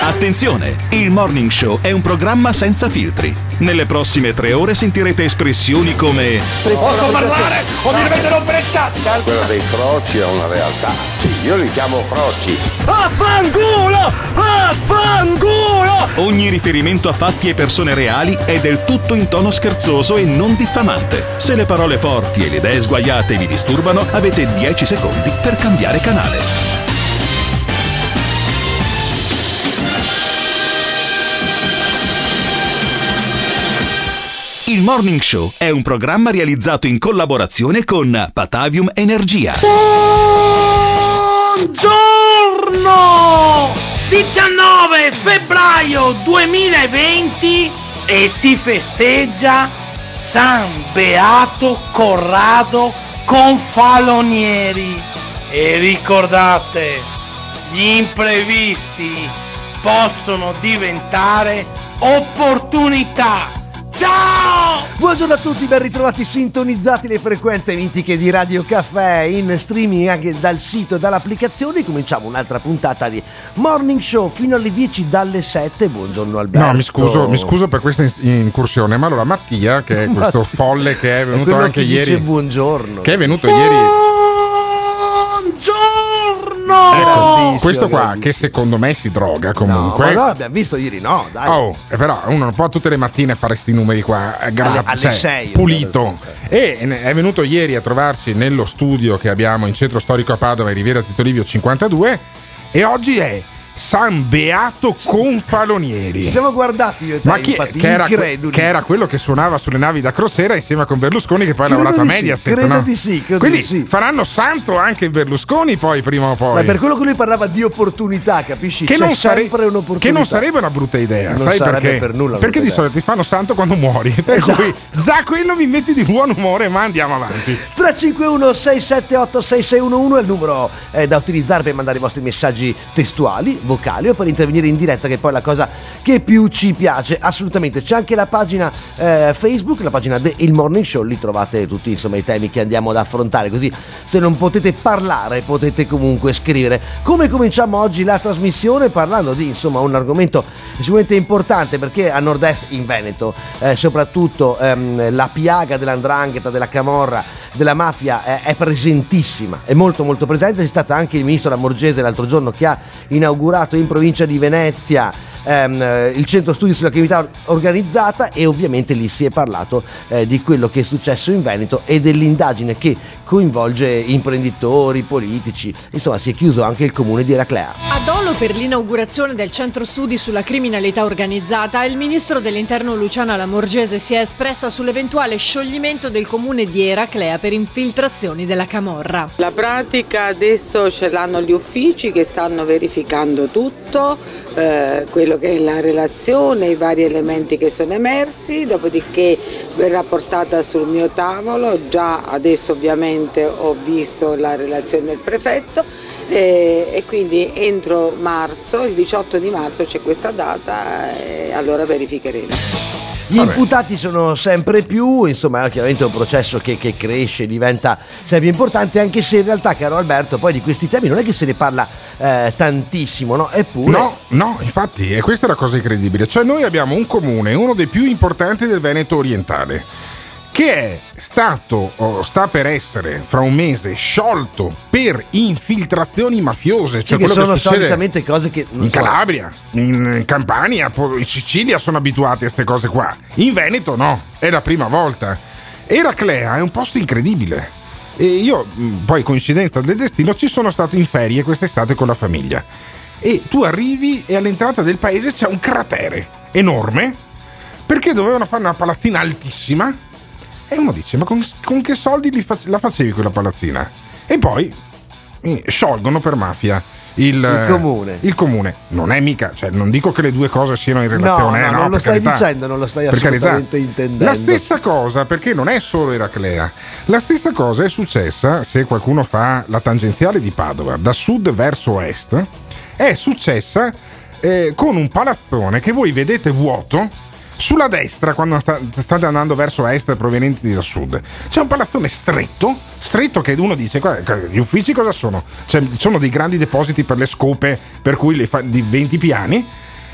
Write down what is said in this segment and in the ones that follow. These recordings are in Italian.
Attenzione! Il Morning Show è un programma senza filtri. Nelle prossime 3 ore sentirete espressioni come: posso parlare o mi dovete rompere il cazzo? Quella dei froci è una realtà. Sì, io li chiamo froci. Affanculo! Affanculo! Ogni riferimento a fatti e persone reali è del tutto in tono scherzoso e non diffamante. Se le parole forti e le idee sguaiate vi disturbano, avete 10 secondi per cambiare canale. Il Morning Show è un programma realizzato in collaborazione con Patavium Energia. Buongiorno! 19 febbraio 2020 e si festeggia San Beato Corrado Confalonieri. E ricordate, gli imprevisti possono diventare opportunità. Ciao! Buongiorno a tutti, ben ritrovati, sintonizzati le frequenze mitiche di Radio Caffè, in streaming anche dal sito e dall'applicazione. Cominciamo un'altra puntata di Morning Show fino alle 10 dalle 7. Buongiorno Alberto. No, mi scuso per questa incursione, ma allora Mattia, che è questo folle che è venuto anche ieri, dice buongiorno, che è venuto ieri. Buongiorno! Ecco, questo qua che secondo me si droga comunque. No, abbiamo visto ieri, no, dai. Però uno non può tutte le mattine fare sti numeri qua, alle 6, pulito. E è venuto ieri a trovarci nello studio che abbiamo in centro storico a Padova, in Riviera Tito Livio 52, e oggi è San Beato Confalonieri. Ci siamo guardati io e te, ma che era quello che suonava sulle navi da crociera insieme con Berlusconi, che poi ha lavorato a Mediaset. Credo di sì. Quindi faranno santo anche il Berlusconi poi, prima o poi. Ma per quello che lui parlava di opportunità, capisci? Che c'è sempre un'opportunità. Che non sarebbe una brutta idea, non sai perché? Per nulla, perché di solito ti fanno santo quando muori. Per cui già quello mi metti di buon umore, ma andiamo avanti. 351 678 6611 è il numero da utilizzare per mandare i vostri messaggi testuali, vocali, o per intervenire in diretta, che è poi la cosa che più ci piace. Assolutamente. C'è anche la pagina Facebook, la pagina del Morning Show, lì trovate tutti insomma i temi che andiamo ad affrontare, così se non potete parlare potete comunque scrivere. Come cominciamo oggi la trasmissione? Parlando di insomma un argomento sicuramente importante, perché a nord-est in Veneto soprattutto la piaga dell''ndrangheta, della camorra, della mafia è presentissima, è molto molto presente. C'è stato anche il ministro Lamorgese l'altro giorno che ha inaugurato in provincia di Venezia il centro studi sulla criminalità organizzata, e ovviamente lì si è parlato di quello che è successo in Veneto e dell'indagine che coinvolge imprenditori, politici. Insomma, si è chiuso anche il comune di Eraclea. A Dolo, per l'inaugurazione del centro studi sulla criminalità organizzata, il ministro dell'interno Luciana Lamorgese si è espressa sull'eventuale scioglimento del comune di Eraclea per infiltrazioni della camorra. La pratica adesso ce l'hanno gli uffici che stanno verificando tutto, quello che è la relazione, i vari elementi che sono emersi, dopodiché verrà portata sul mio tavolo. Già adesso ovviamente ho visto la relazione del prefetto e quindi entro marzo, il 18 di marzo c'è questa data, e allora verificheremo. Gli imputati sono sempre più, insomma è chiaramente un processo che cresce, diventa sempre più importante, anche se in realtà, caro Alberto, poi di questi temi non è che se ne parla tantissimo, no? Eppure... No, infatti, e questa è la cosa incredibile. Cioè noi abbiamo un comune, uno dei più importanti del Veneto orientale, che è stato, o sta per essere fra un mese, sciolto per infiltrazioni mafiose. Cioè che quello sono che succede solitamente cose che in Calabria, in Campania, in Sicilia sono abituati a queste cose qua. In Veneto no, è la prima volta. Eraclea è un posto incredibile. E io, poi coincidenza del destino, ci sono stato in ferie quest'estate con la famiglia. E tu arrivi e all'entrata del paese c'è un cratere enorme, perché dovevano fare una palazzina altissima. E uno dice: ma con che soldi la facevi quella palazzina? E poi sciolgono per mafia il comune. Non è mica, cioè non dico che le due cose siano in relazione, no, non lo stai dicendo, non lo stai assolutamente intendendo. La stessa cosa, perché non è solo Eraclea, la stessa cosa è successa, se qualcuno fa la tangenziale di Padova da sud verso est, è successa con un palazzone che voi vedete vuoto. Sulla destra, quando state andando verso est provenienti da sud, c'è un palazzone stretto che uno dice: gli uffici cosa sono? Cioè, sono dei grandi depositi per le scope, per cui di 20 piani,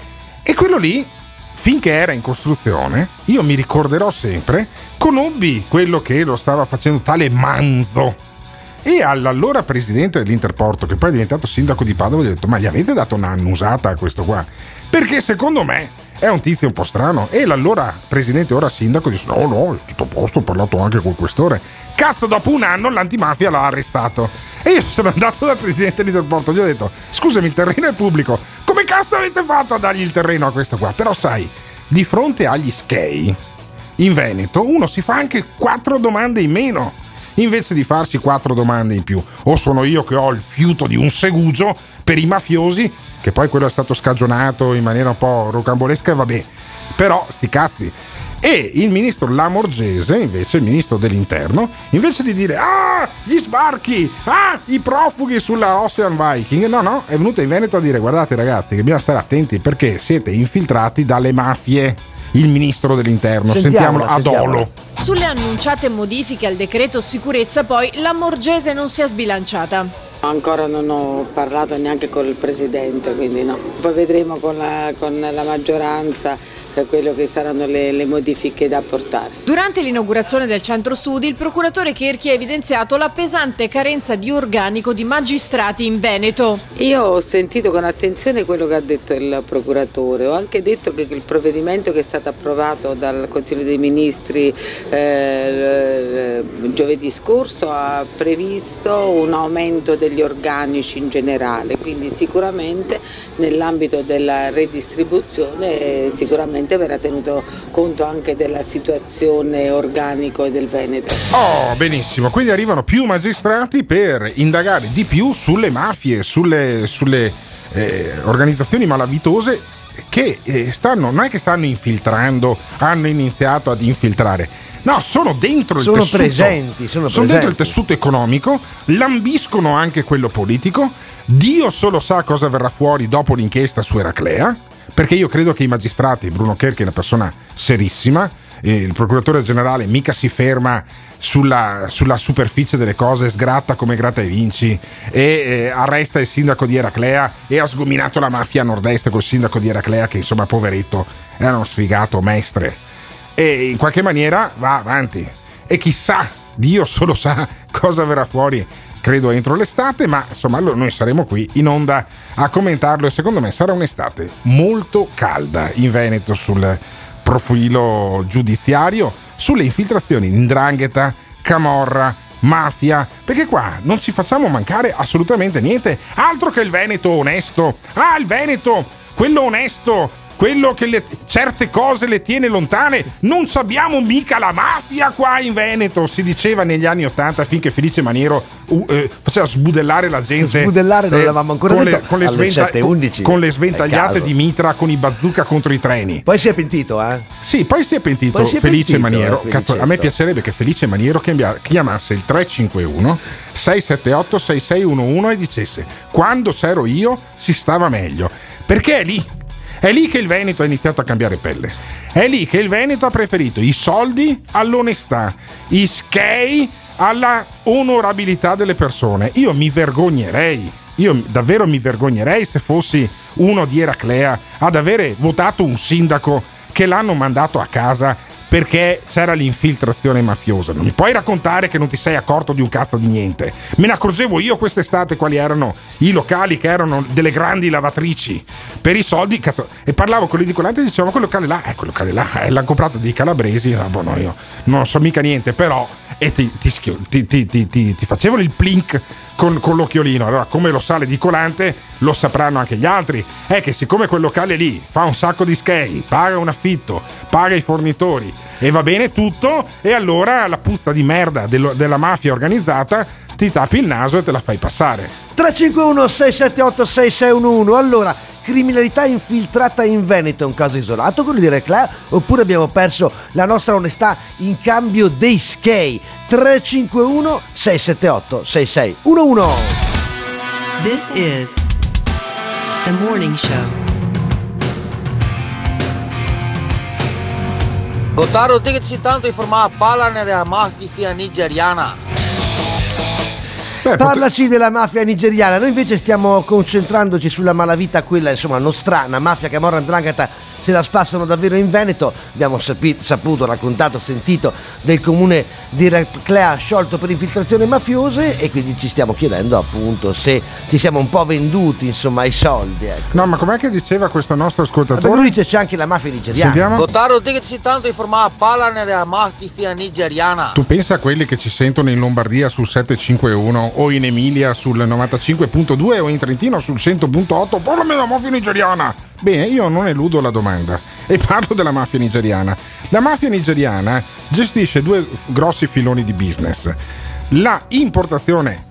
E quello lì, finché era in costruzione, io mi ricorderò sempre, conobbi quello che lo stava facendo tale Manzo. E all'allora presidente dell'Interporto, che poi è diventato sindaco di Padova, gli ho detto: ma gli avete dato un'annusata a questo qua? Perché secondo me è un tizio un po' strano. E l'allora presidente, ora sindaco, dice: no, è tutto a posto, ho parlato anche col questore. Cazzo, dopo un anno l'antimafia l'ha arrestato. E io sono andato dal presidente dell'Interporto, gli ho detto: scusami, il terreno è pubblico, come cazzo avete fatto a dargli il terreno a questo qua? Però sai, di fronte agli SCEI in Veneto uno si fa anche 4 domande in meno, invece di farsi 4 domande in più. O sono io che ho il fiuto di un segugio per i mafiosi, che poi quello è stato scagionato in maniera un po' rocambolesca, e vabbè, però sti cazzi. E il ministro Lamorgese, invece, il ministro dell'interno, invece di dire gli sbarchi, i profughi sulla Ocean Viking, no, è venuto in Veneto a dire: guardate ragazzi, che bisogna stare attenti perché siete infiltrati dalle mafie. Il ministro dell'interno, sentiamolo ad Olo. Sulle annunciate modifiche al decreto sicurezza, poi, Lamorgese non si è sbilanciata. Ancora non ho parlato neanche col presidente, quindi no. Poi vedremo con la maggioranza quello che saranno le modifiche da apportare. Durante l'inaugurazione del centro studi, il procuratore Cherchi ha evidenziato la pesante carenza di organico di magistrati in Veneto. Io ho sentito con attenzione quello che ha detto il procuratore, ho anche detto che il provvedimento che è stato approvato dal Consiglio dei Ministri giovedì scorso ha previsto un aumento degli organici in generale, quindi sicuramente nell'ambito della redistribuzione sicuramente verrà tenuto conto anche della situazione organico del Veneto. Oh, benissimo, quindi arrivano più magistrati per indagare di più sulle mafie, sulle organizzazioni malavitose che non è che stanno infiltrando, hanno iniziato ad infiltrare. No, sono dentro il tessuto. Sono dentro il tessuto economico, lambiscono anche quello politico. Dio solo sa cosa verrà fuori dopo l'inchiesta su Eraclea, perché io credo che i magistrati, Bruno Cherchi è una persona serissima, il procuratore generale mica si ferma sulla superficie delle cose, sgratta come gratta e vinci, e arresta il sindaco di Eraclea e ha sgominato la mafia a nord-est col sindaco di Eraclea, che insomma poveretto era uno sfigato mestre, e in qualche maniera va avanti e chissà, Dio solo sa cosa verrà fuori, credo entro l'estate, ma insomma noi saremo qui in onda a commentarlo e secondo me sarà un'estate molto calda in Veneto sul profilo giudiziario, sulle infiltrazioni in 'ndrangheta, camorra, mafia, perché qua non ci facciamo mancare assolutamente niente, altro che il Veneto onesto. Il Veneto, quello onesto, quello che certe cose le tiene lontane. Non abbiamo mica la mafia qua in Veneto, si diceva negli anni '80, finché Felice Maniero faceva sbudellare la gente. Sbudellare non l'avevamo ancora detto con le sventagliate di mitra, con i bazooka contro i treni. Poi si è pentito, Sì, poi si è pentito Felice Maniero. Cazzo, a me piacerebbe che Felice Maniero chiamasse il 351 678 6611 e dicesse: quando c'ero io si stava meglio, perché è lì che il Veneto ha iniziato a cambiare pelle. È lì che il Veneto ha preferito i soldi all'onestà, i SCEI alla onorabilità delle persone. Io davvero mi vergognerei se fossi uno di Eraclea ad avere votato un sindaco che l'hanno mandato a casa perché c'era l'infiltrazione mafiosa. Non mi puoi raccontare che non ti sei accorto di un cazzo di niente. Me ne accorgevo io quest'estate quali erano i locali che erano delle grandi lavatrici per i soldi, cazzo. E parlavo con l'edicolante e dicevo: ma quel locale là l'hanno comprato dei calabresi. No, io non so mica niente, però ti facevano il plink con l'occhiolino. Allora, come lo sa l'edicolante, lo sapranno anche gli altri. È che siccome quel locale lì fa un sacco di SCEI, paga un affitto, paga i fornitori e va bene tutto, e allora la puzza di merda della mafia organizzata ti tappi il naso e te la fai passare. 351 678 6611. Allora, criminalità infiltrata in Veneto è un caso isolato, quello di Eraclea, oppure abbiamo perso la nostra onestà in cambio dei SCEI? 351 678 6611. This is The Morning Show. Gotaro, ti che ci tanto informava parlane della mafia nigeriana. Parlaci della mafia nigeriana. Noi invece stiamo concentrandoci sulla malavita, quella insomma nostrana, mafia Camorra 'Ndrangheta. Se la spassano davvero in Veneto. Abbiamo saputo, raccontato, sentito del comune di Eraclea sciolto per infiltrazioni mafiose, e quindi ci stiamo chiedendo appunto se ci siamo un po' venduti insomma ai soldi, ecco. No, ma com'è che diceva questo nostro ascoltatore? Perché lui dice c'è anche la mafia nigeriana. Sentiamo. Gottardo, te che ci tanto informare, parlane della mafia nigeriana. Tu pensa a quelli che ci sentono in Lombardia sul 751 o in Emilia sul 95.2 o in Trentino sul 100.8, parlami della mafia nigeriana. Bene, io non eludo la domanda e parlo della mafia nigeriana. La mafia nigeriana gestisce due grossi filoni di business: la importazione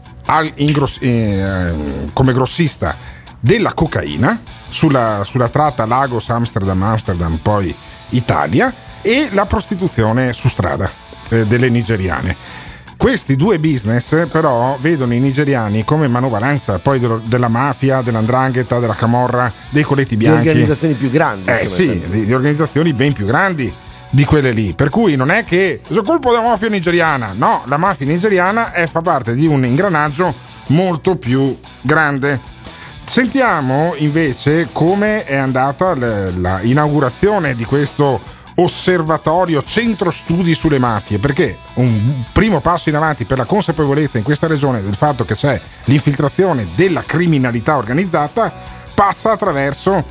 come grossista della cocaina sulla tratta Lagos, Amsterdam, poi Italia, e la prostituzione su strada delle nigeriane. Questi due business però vedono i nigeriani come manovalanza poi della mafia, dell''Ndrangheta, della Camorra, dei colletti bianchi. Di organizzazioni più grandi. Sì, di organizzazioni ben più grandi di quelle lì. Per cui non è che è colpo della mafia nigeriana. No, la mafia nigeriana fa parte di un ingranaggio molto più grande. Sentiamo invece come è andata la inaugurazione di questo osservatorio centro studi sulle mafie, perché un primo passo in avanti per la consapevolezza in questa regione del fatto che c'è l'infiltrazione della criminalità organizzata passa attraverso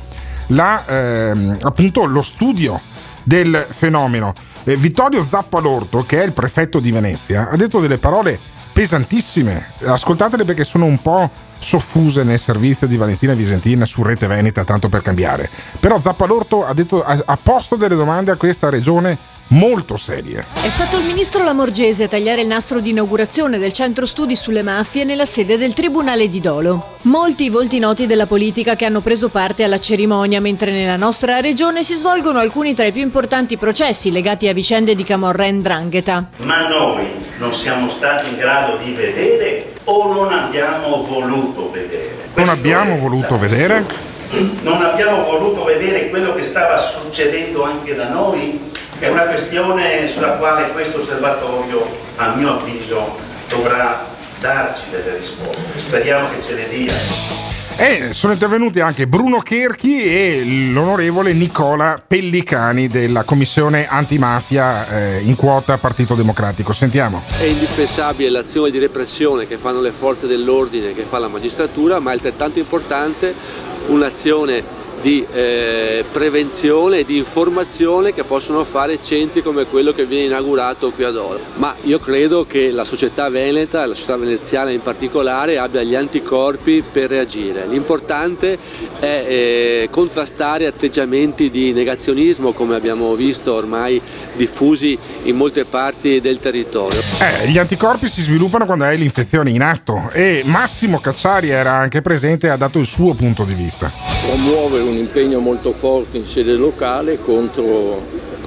appunto lo studio del fenomeno. Vittorio Zappalorto, che è il prefetto di Venezia, ha detto delle parole pesantissime, ascoltatele perché sono un po' soffuse nel servizio di Valentina Visentin su Rete Veneta, tanto per cambiare. Però Zappalorto ha posto delle domande a questa regione molto serie. È stato il ministro Lamorgese a tagliare il nastro di inaugurazione del centro studi sulle mafie nella sede del Tribunale di Dolo. Molti i volti noti della politica che hanno preso parte alla cerimonia, mentre nella nostra regione si svolgono alcuni tra i più importanti processi legati a vicende di Camorra e 'Ndrangheta. Ma noi non siamo stati in grado di vedere o non abbiamo voluto vedere? Non abbiamo voluto vedere? Non abbiamo voluto vedere quello che stava succedendo anche da noi? È una questione sulla quale questo osservatorio, a mio avviso, dovrà darci delle risposte. Speriamo che ce le dia. Sono intervenuti anche Bruno Cherchi e l'onorevole Nicola Pellicani della commissione antimafia in quota Partito Democratico. Sentiamo. È indispensabile l'azione di repressione che fanno le forze dell'ordine, che fa la magistratura, ma è altrettanto importante un'azione di prevenzione e di informazione che possono fare centri come quello che viene inaugurato qui ad Dolo. Ma io credo che la società veneta, la società veneziana in particolare, abbia gli anticorpi per reagire. L'importante è contrastare atteggiamenti di negazionismo, come abbiamo visto ormai diffusi in molte parti del territorio. Gli anticorpi si sviluppano quando hai l'infezione in atto, e Massimo Cacciari era anche presente e ha dato il suo punto di vista. Promuovere un impegno molto forte in sede locale contro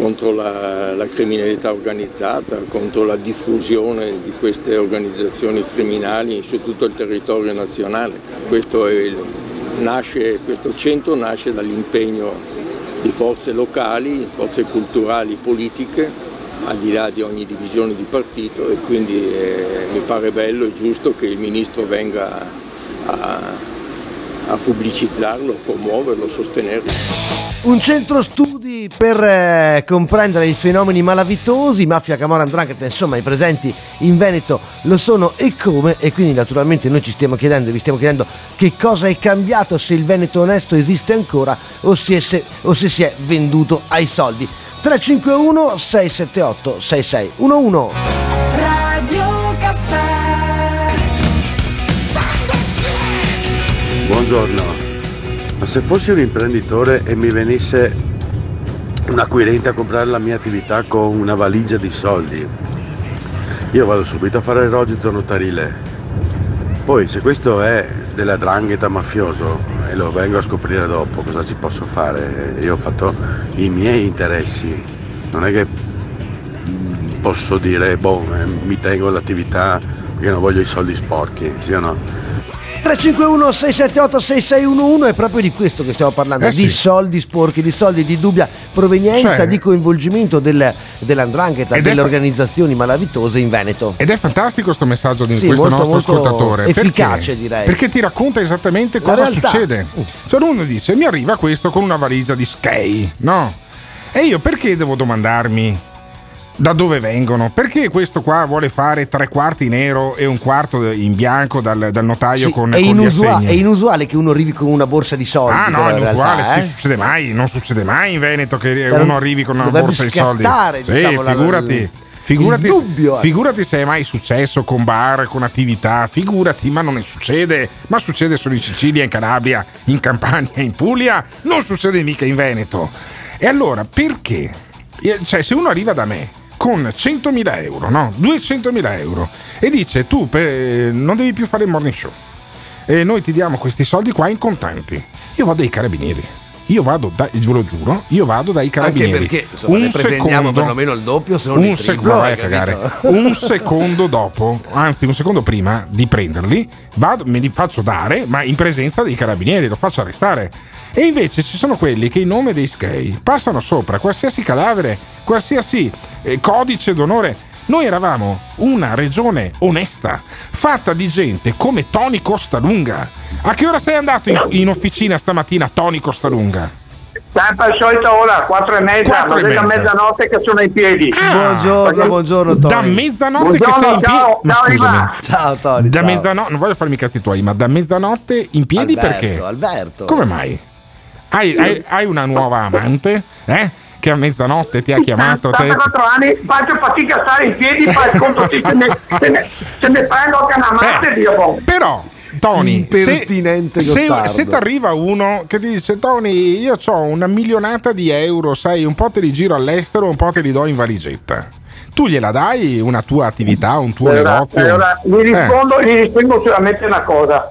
la criminalità organizzata, contro la diffusione di queste organizzazioni criminali su tutto il territorio nazionale. Questo centro nasce dall'impegno di forze locali, forze culturali, politiche, al di là di ogni divisione di partito, e quindi mi pare bello e giusto che il Ministro venga a pubblicizzarlo, promuoverlo, sostenerlo. Un centro studi per comprendere i fenomeni malavitosi, mafia, Camorra, 'Ndrangheta, insomma i presenti in Veneto lo sono e come, e quindi naturalmente noi ci stiamo chiedendo, vi stiamo chiedendo che cosa è cambiato, se il Veneto onesto esiste ancora o se si è venduto ai soldi. 351 678 6611. Radio Caffè. Buongiorno, ma se fossi un imprenditore e mi venisse un acquirente a comprare la mia attività con una valigia di soldi, io vado subito a fare il rogito notarile. Poi se questo è della 'Ndrangheta mafioso e lo vengo a scoprire dopo, cosa ci posso fare? Io ho fatto i miei interessi, non è che posso dire mi tengo l'attività perché non voglio i soldi sporchi, sì o no? 351 678 6611 è proprio di questo che stiamo parlando, di soldi sporchi, di soldi di dubbia provenienza, di coinvolgimento dell''ndrangheta, delle organizzazioni malavitose in Veneto. Ed è fantastico questo messaggio di questo nostro ascoltatore, efficace, direi, perché ti racconta esattamente cosa succede. Cioè uno dice: mi arriva questo con una valigia di Sky, no? E io perché devo domandarmi da dove vengono? Perché questo qua vuole fare 3/4 nero e 1/4 in bianco dal notaio con gli assegni? È inusuale che uno arrivi con una borsa di soldi. Ah no, è inusuale, realtà, succede mai, non succede mai in Veneto che uno arrivi con una borsa di soldi. Diciamo, figurati se è mai successo con bar, con attività, figurati, ma non succede, ma succede solo in Sicilia, in Calabria, in Campania, in Puglia, non succede mica in Veneto. E allora perché? Cioè, se uno arriva da me con 100.000 euro, no? 200.000 euro e dice: tu non devi più fare il morning show e noi ti diamo questi soldi qua in contanti, io vado ai carabinieri, ve lo giuro, io vado dai carabinieri. Anche perché insomma, ne pretendiamo perlomeno il doppio, se non il triplo. Un secondo dopo, anzi un secondo prima di prenderli, me li faccio dare, ma in presenza dei carabinieri, lo faccio arrestare. E invece ci sono quelli che in nome dei Sky passano sopra qualsiasi cadavere, qualsiasi codice d'onore. Noi eravamo una regione onesta, fatta di gente come Tony Costalunga. A che ora sei andato in officina stamattina, Tony Costalunga? Sempre al solito ora, 4:30, non è da mezzanotte che sono in piedi. Buongiorno Tony. Da mezzanotte che sei in piedi? Ma scusami. Ciao Tony. Da mezzanotte, non voglio farmi i cazzi tuoi, ma da mezzanotte in piedi perché? Alberto. Come mai? Hai una nuova amante? Che a mezzanotte ti ha chiamato? 4 anni, faccio fatica a stare in piedi, fai il conto se ne prendo anche una amante, Dio. Però Tony, se ti arriva uno che ti dice: Tony, io ho una milionata di euro, sai, un po' te li giro all'estero, un po' te li do in valigetta, tu gliela dai una tua attività, un tuo negozio? Allora, gli rispondo solamente una cosa: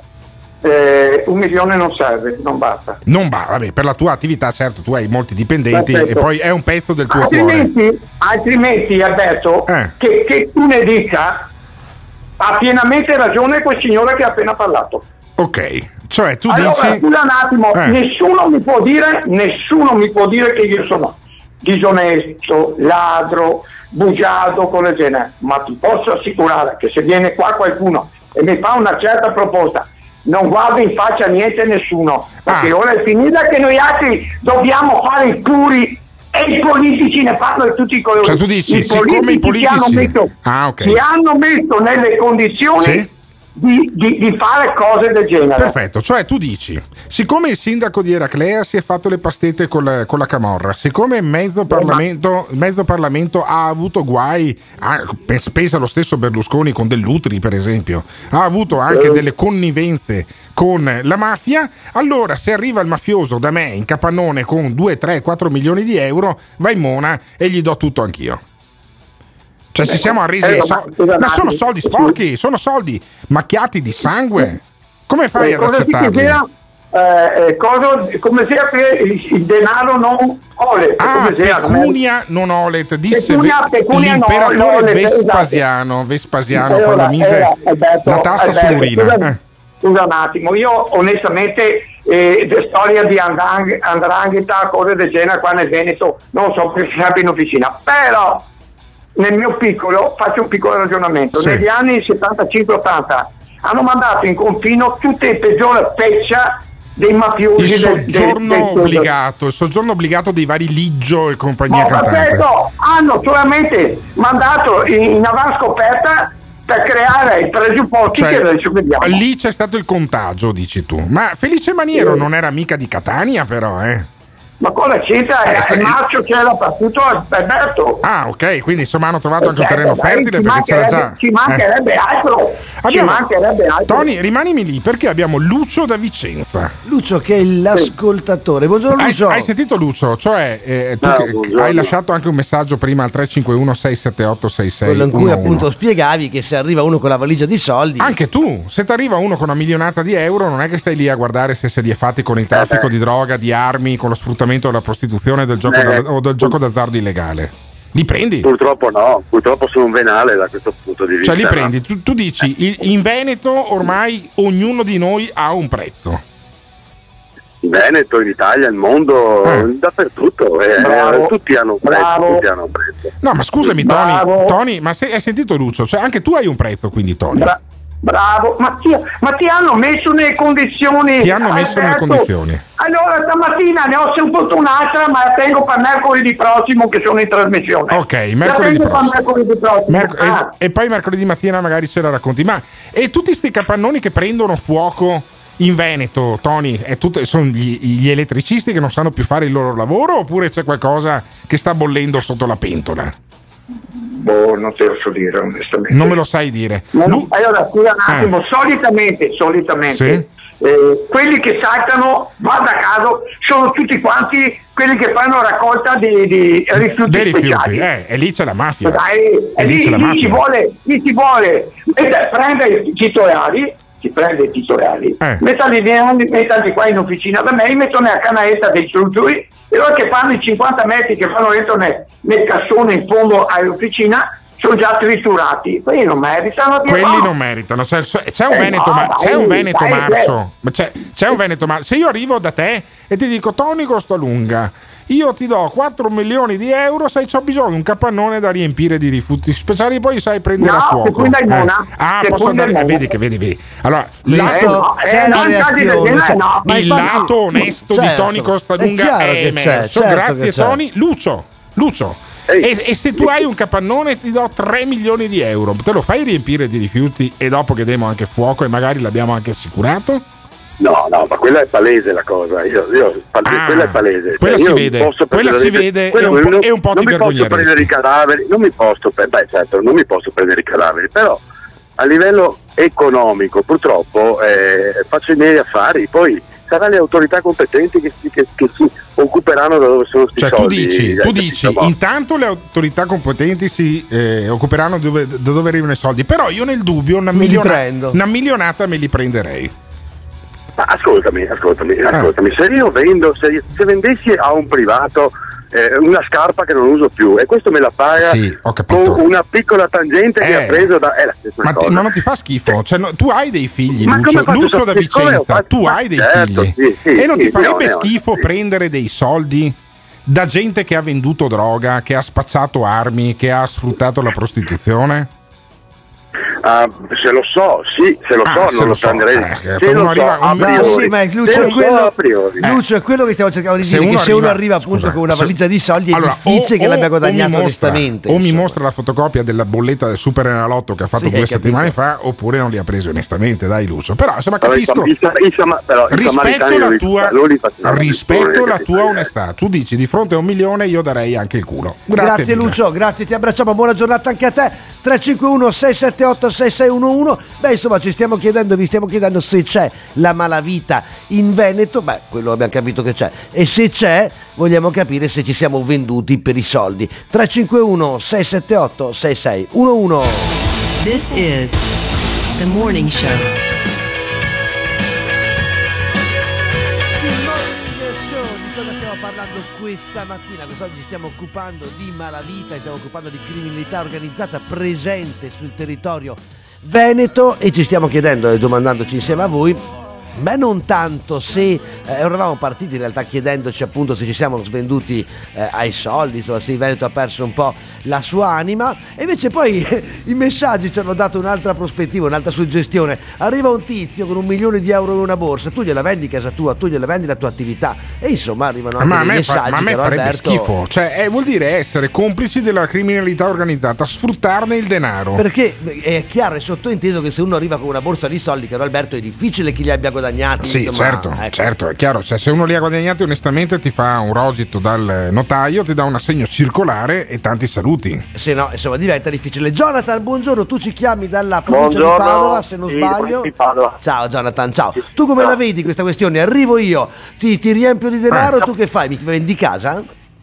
1 milione non serve, non basta. Non va, vabbè, per la tua attività, certo, tu hai molti dipendenti. Perfetto. E poi è un pezzo del tuo cuore. Altrimenti, Alberto, che tu ne dica, ha pienamente ragione quel signore che ha appena parlato. Ok, cioè tu dici... Scusa un attimo, nessuno mi può dire che io sono disonesto, ladro, bugiardo, con le genere, ma ti posso assicurare che se viene qua qualcuno e mi fa una certa proposta, non guardo in faccia niente a nessuno, perché ora è finita che noi altri dobbiamo fare i puri e i politici ne fanno di tutti i colori. Cioè tu dici, siccome i politici ti hanno messo nelle condizioni di fare cose del genere. Perfetto, cioè tu dici, siccome il sindaco di Eraclea si è fatto le pastette con la camorra, siccome mezzo Parlamento ha avuto guai, pensa lo stesso Berlusconi con Dell'Utri per esempio, ha avuto anche delle connivenze con la mafia, allora se arriva il mafioso da me in capannone con 2, 3, 4 milioni di euro, va in mona e gli do tutto anch'io. Cioè ci siamo arresi ma sono soldi sporchi, sono soldi macchiati di sangue. Come fai ad accettarli? Come sia che il denaro non olet. Pecunia non olet, disse l'imperatore Vespasiano quando mise la tassa sull'urina. Scusa un attimo, io onestamente storia di 'ndrangheta, cose del genere qua nel Veneto non so, perché sempre in officina, però nel mio piccolo faccio un piccolo ragionamento. Negli anni 75-80 hanno mandato in confino tutte le peggiori feccia dei mafiosi. Il soggiorno obbligato dei vari Liggio e compagnia cantante. Hanno solamente mandato in avanscoperta per creare i presupposti che adesso vediamo. Lì c'è stato il contagio, dici tu. Ma Felice Maniero non era mica di Catania, però, Ma cosa c'entra? Il marcio c'era partito Alberto. Ah, ok, quindi insomma hanno trovato anche un terreno fertile perché c'era già. Ci mancherebbe altro. Tony, rimanimi lì perché abbiamo Lucio da Vicenza. Lucio che è l'ascoltatore. Buongiorno Lucio. Hai sentito Lucio? Cioè tu hai lasciato anche un messaggio prima al 351 678 6611. Quello in cui appunto spiegavi che se arriva uno con la valigia di soldi. Anche tu, se ti arriva uno con una milionata di euro, non è che stai lì a guardare se li è fatti con il traffico di droga, di armi, con lo sfruttamento della prostituzione o del gioco d'azzardo illegale. Li prendi? Purtroppo no, purtroppo sono un venale da questo punto di vista. Cioè li prendi, tu dici in Veneto ormai ognuno di noi ha un prezzo. In Veneto, in Italia, nel mondo, dappertutto, tutti hanno un prezzo, No, ma scusami Tony, ma hai sentito Lucio? Cioè anche tu hai un prezzo, quindi Tony. Bravo, ma ti hanno messo nelle condizioni. Ti hanno messo nelle condizioni. Allora stamattina ne ho saputo un'altra, ma la tengo per mercoledì prossimo che sono in trasmissione. Ok, mercoledì prossimo. E poi mercoledì mattina magari ce la racconti. Ma e tutti sti capannoni che prendono fuoco in Veneto, Tony, sono gli elettricisti che non sanno più fare il loro lavoro, oppure c'è qualcosa che sta bollendo sotto la pentola? Non te lo so dire onestamente. Non me lo sai dire. Allora scusa un attimo, solitamente sì? quelli che saltano, guarda caso, sono tutti quanti quelli che fanno raccolta di rifiuti dei rifiuti, speciali. E lì c'è la mafia. Lì ci vuole prende i titolari, mettali qua in officina da me, mettono nella canaletta dei truturi, e loro che fanno i 50 metri che fanno dentro nel cassone in fondo all'officina sono già triturati. Quelli non meritano. Quelli non meritano. C'è un Veneto marcio. C'è un Veneto marcio. Se io arrivo da te e ti dico Tony Costalunga, io ti do 4 milioni di euro se c'ho bisogno di un capannone da riempire di rifiuti speciali, poi sai prendere a fuoco. Posso andare. Vedi. Allora, c'è la reazione. Il lato onesto di Tony Costalunga è emerso. Grazie Tony. Lucio. E se tu hai un capannone ti do 3 milioni di euro, te lo fai riempire di rifiuti e dopo che diamo anche fuoco e magari l'abbiamo anche assicurato? No, ma quella è palese la cosa. Quella è palese. Quella si vede, è un po' di vergogna. Non mi posso prendere i cadaveri, non mi posso prendere i cadaveri, però a livello economico purtroppo faccio i miei affari, poi saranno le autorità competenti che si occuperanno da dove sono sti soldi. Tu dici intanto le autorità competenti si occuperanno da dove arrivano i soldi, però io nel dubbio una milionata me li prenderei. Ma ascoltami, se io se vendessi a un privato una scarpa che non uso più e questo me la paga con una piccola tangente che ha preso è la stessa cosa. Ma non ti fa schifo? Cioè, tu hai dei figli, Lucio da Vicenza, tu hai dei figli e non ti farebbe schifo prendere dei soldi da gente che ha venduto droga, che ha spacciato armi, che ha sfruttato la prostituzione? Se lo so, non lo prenderei. Lucio, è quello che stiamo cercando di dire, che se uno arriva appunto con una valigia di soldi è difficile che l'abbia guadagnato onestamente. O mi mostra la fotocopia della bolletta del Super Enalotto che ha fatto 2 settimane fa, oppure non li ha presi onestamente, dai Lucio. Però insomma capisco. Rispetto la tua onestà. Tu dici di fronte a 1 milione io darei anche il culo. Grazie Lucio, grazie, ti abbracciamo, buona giornata anche a te. 351 678 6611. Vi stiamo chiedendo se c'è la malavita in Veneto. Quello abbiamo capito che c'è, e se c'è vogliamo capire se ci siamo venduti per i soldi. 351 678 6611. This is The Morning Show. Questa mattina, quest'oggi stiamo occupando di malavita, stiamo occupando di criminalità organizzata presente sul territorio veneto e ci stiamo chiedendo e domandandoci insieme a voi, non tanto se eravamo partiti in realtà chiedendoci appunto se ci siamo svenduti ai soldi, insomma se il Veneto ha perso un po' la sua anima, e invece poi i messaggi ci hanno dato un'altra prospettiva, un'altra suggestione. Arriva un tizio con 1 milione di euro in una borsa, tu gliela vendi casa tua, tu gliela vendi la tua attività, e insomma arrivano anche dei messaggi. Ma a me farebbe schifo, cioè vuol dire essere complici della criminalità organizzata, sfruttarne il denaro, perché è chiaro e sottointeso che se uno arriva con una borsa di soldi, caro Alberto, è difficile che li abbia guadagnati. Sì, insomma, certo, è chiaro. Cioè, se uno li ha guadagnati onestamente ti fa un rogito dal notaio, ti dà un assegno circolare e tanti saluti. Se no, insomma, diventa difficile. Jonathan, buongiorno, tu ci chiami dalla provincia di Padova, se non sbaglio. Ciao Jonathan, ciao. Tu come la vedi questa questione? Arrivo io, ti riempio di denaro, tu che fai? Mi vendi casa?